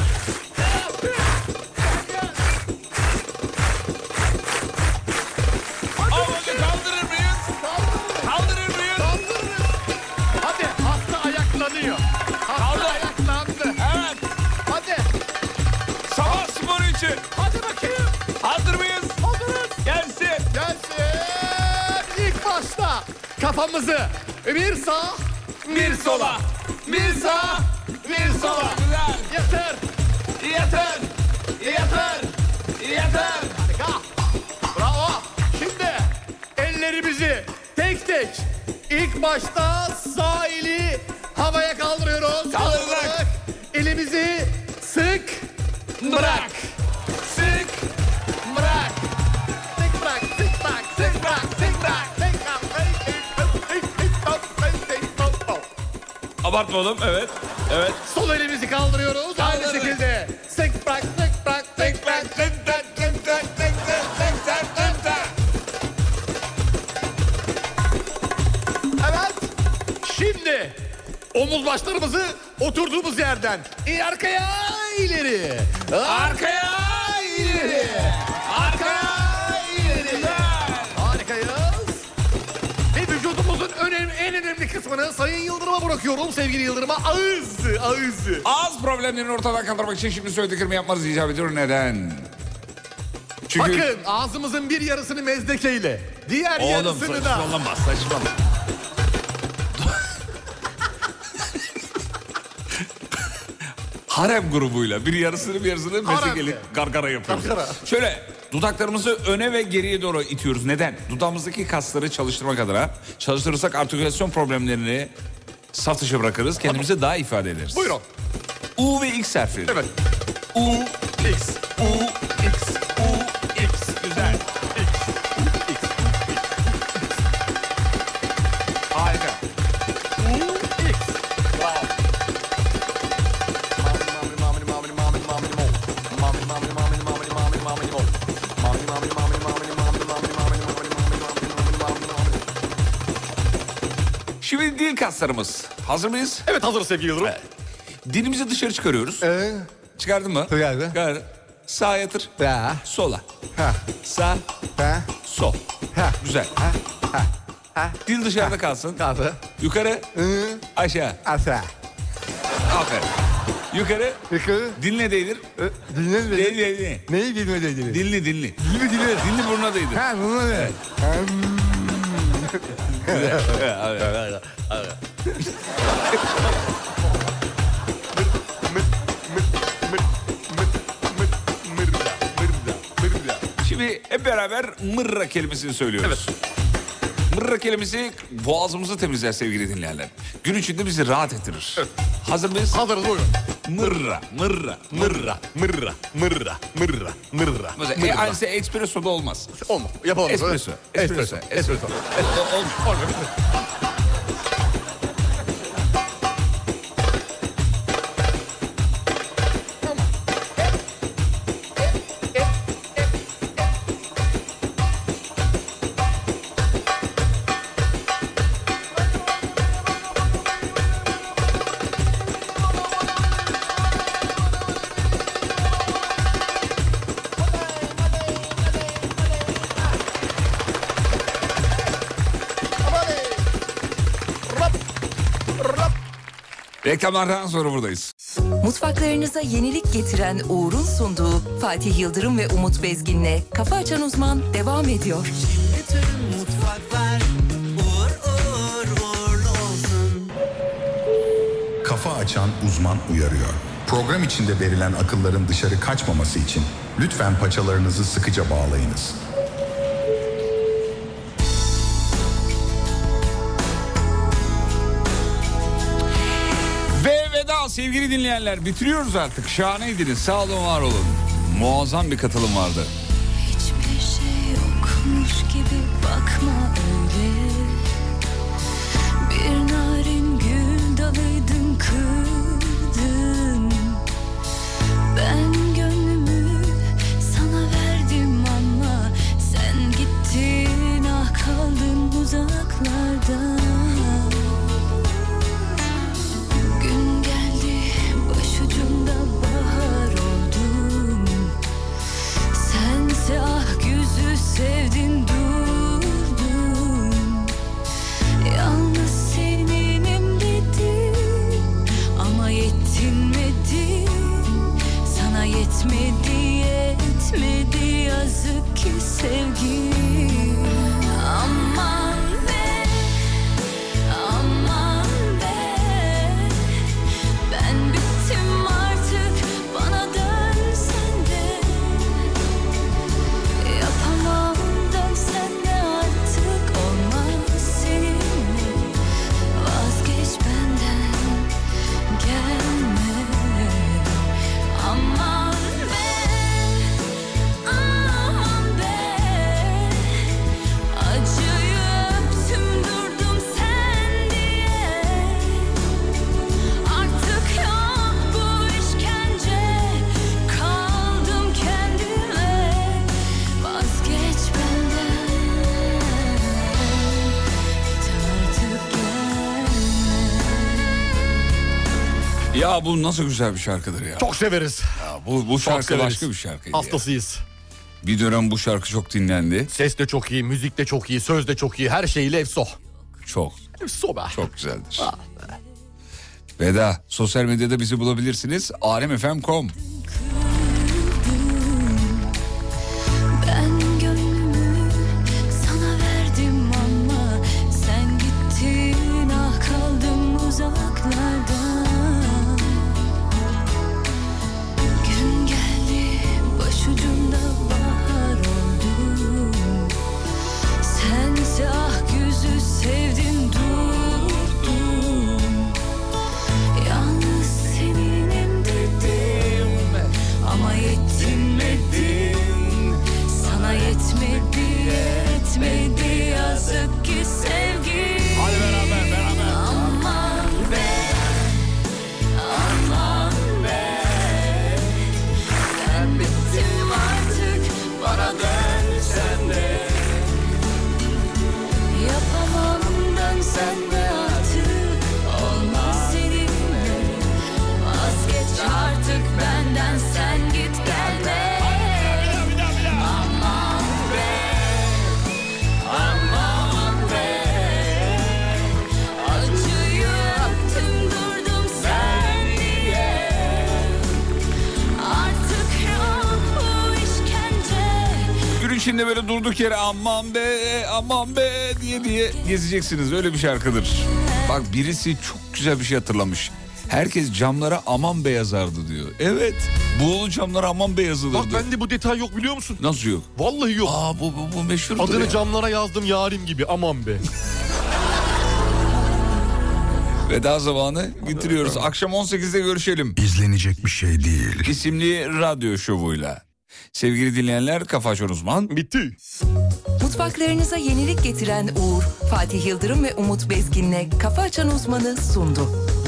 Hadi kaldırır mıyız? Kaldırır mıyız?
Kaldırırız. Hadi hasta ayaklanıyor. Hasta
Kaldır.
ayaklandı.
Evet.
Hadi.
Sabah sporu için.
Hadi bakayım.
Hazır mıyız?
Hazırız.
Gelsin.
Gelsin. İlk başta kafamızı bir sağ bir sola. Bir sağ bir sola.
Güzel.
Yatır.
Yatır. Yatır. Yatır.
Harika. Bravo. Şimdi ellerimizi tek tek ilk başta sağ eli havaya kaldırıyoruz.
Kaldırdık.
Elimizi sık bırak.
Sık.
Bırak. Sık bırak. Sık bırak. Sık bırak. Sık bırak.
Abartmadım. Evet. Evet.
Sol elimizi kaldırıyoruz. Aynı
Kaldırdık.
şekilde. Sık bırak. Sık bırak. Sık bırak.
Tık tık tık tık tık tık tık tık tık.
Evet. Şimdi omuz başlarımızı oturduğumuz yerden in arkaya ileri.
Arkaya ileri. Arkaya ileri.
Harikayız. Ve vücudumuzun önemli, en önemli kısmını Sayın Yıldırım'a bırakıyorum. Sevgili Yıldırım'a ağız, ağız.
Ağız problemlerini ortadan kaldırmak için şimdi söylediklerimi yapmanız icap ediyor. Neden? Çünkü...
Bakın ağzımızın bir yarısını mezdekeyle, diğer
Oğlum
yarısını da...
saçmalama saçmalama. Harem grubuyla bir yarısını bir yarısını meslekeli gargara yapıyoruz.
Gargara.
Şöyle dudaklarımızı öne ve geriye doğru itiyoruz. Neden? Dudağımızdaki kasları çalıştırmak adına. Çalıştırırsak artikülasyon problemlerini saf dışı bırakırız. Kendimizi daha ifade ederiz.
Buyurun.
U ve X harfleri.
Evet.
U,
X.
U, X, U, X. Güzel. Harika.
X. Bravo. Mamini mamini mamini mamini mo. Mamini mamini mamini mamini mamini mamini mo. Mamini mamini mamini mamini mamini mamini mamini mamini mamini mamini mamini mamini.
Şimdi dil kaslarımız. Hazır mıyız?
Evet hazır sevgili Yıldırım.
Dilimizi dışarı çıkarıyoruz.
Ee,
Çıkardın mı?
Çıkardım.
Çıkar. Sağa yatır.
Ya.
Sola.
Ha.
Sağ.
Ha.
Sol.
Ha.
Güzel.
Ha. Ha. Ha.
Dil dışarıda kalsın.
Kaldı.
Yukarı.
Hı.
Aşağı.
Aşağı.
Aferin. Yukarı.
Yukarı.
Diline değdir.
Dinle mi?
Dinle dinle.
Neyi dinle dediniz?
Dinli dinli.
Dilimi dinle.
Dinli burnuna değdir.
Ha bunu ne?
Güzel. Evet, evet, evet. Şimdi hep beraber mırra kelimesini söylüyoruz. Evet. Mırra kelimesi boğazımızı temizler sevgili dinleyenler. Gün içinde bizi rahat ettirir. Evet. Hazır mıyız?
Hazırız buyurun.
Mırra, mırra, mırra.
Mırra, mırra, mırra, mırra.
Mesela e, aynısı espresso'da olmaz.
Olmaz. Yapalım.
Espresso. Espresso.
Espresso. Espresso.
Olmuyor. Olmuyor. Reklamlardan sonra buradayız.
Mutfaklarınıza yenilik getiren Uğur'un sunduğu Fatih Yıldırım ve Umut Bezgin'le Kafa Açan Uzman devam ediyor.
Bütün mutfaklar uğur uğur uğurlu olsun.
Kafa Açan Uzman uyarıyor. Program içinde verilen akılların dışarı kaçmaması için lütfen paçalarınızı sıkıca bağlayınız.
Ve veda sevgili dinleyenler, bitiriyoruz artık. Şahaneydiniz, sağ olun, var olun. Muazzam bir katılım vardı.
Hiçbir şey yokmuş gibi bakma öyle. Bir narin gül dalıydın kırdın. Ben gönlümü sana verdim ama sen gittin, ah kaldın uzaklarda. Gün geldi başucumda bahar oldum. Sense ah yüzü sevdin durdun. Yalnız seninim dedim ama yetinmedi. Sana yetmedi yetmedi yazık ki sevgim. Aman be, aman be. Ben bittim artık, bana dönsen de. Yapamam, dönsen de artık olmaz seninle. Vazgeç benden, gelme. Aman be, aman be. Acıyı öptüm durdum sen diye. Artık yok bu işkence, kaldım kendime. Vazgeç benden, git artık gelme.
Ya bu nasıl güzel bir şarkıdır ya.
Çok severiz.
Ya bu bu şarkı
severiz.
başka bir şarkıydı. ya.
Hastasıyız.
Bir dönem bu şarkı çok dinlendi.
Ses de çok iyi, müzik de çok iyi, söz de çok iyi. Her şeyiyle efso.
Çok.
Efso be.
Çok güzeldir. Veda. Sosyal medyada bizi bulabilirsiniz. alemfm nokta com.
Ben gönlümü sana verdim ama sen gittin, ah kaldım uzaklarda. Gün geldi başucumda bahar oldu. Sense ah yüzü sevdin durdun. Yalnız seninim dedim ama yetinmedin. Sana yetmedi yetmedi yazık ki sevgi. Hadi beraber beraber. Aman be, aman be. Ben bittim artık, bana dönsen de. Yapamam, dönsen de artık olmaz seninle. Vazgeç artık benden, sen git gelme. Aman be, aman be. Acıyı öptüm durdum sen diye. Artık yok bu işkence.
Gün içinde böyle durduk yere aman be aman be diye diye gezeceksiniz. Öyle bir şarkıdır. Bak birisi çok güzel bir şey hatırlamış. Herkes camlara aman be yazardı diyor. Evet. Buğulu camlara aman be yazılırdı.
Bak bende bu detay yok biliyor musun?
Nasıl yok?
Vallahi yok.
Aa bu, bu, bu meşhurdur
Adını
ya.
camlara yazdım yarim gibi, aman be.
Veda zamanı getiriyoruz. Akşam on sekizde görüşelim.
İzlenecek bir şey değil.
İsimli radyo şovuyla. Sevgili dinleyenler, Kafa Açan Uzman
bitti.
Mutfaklarınıza yenilik getiren Uğur, Fatih Yıldırım ve Umut Bezgin'le Kafa Açan Uzman'ı sundu.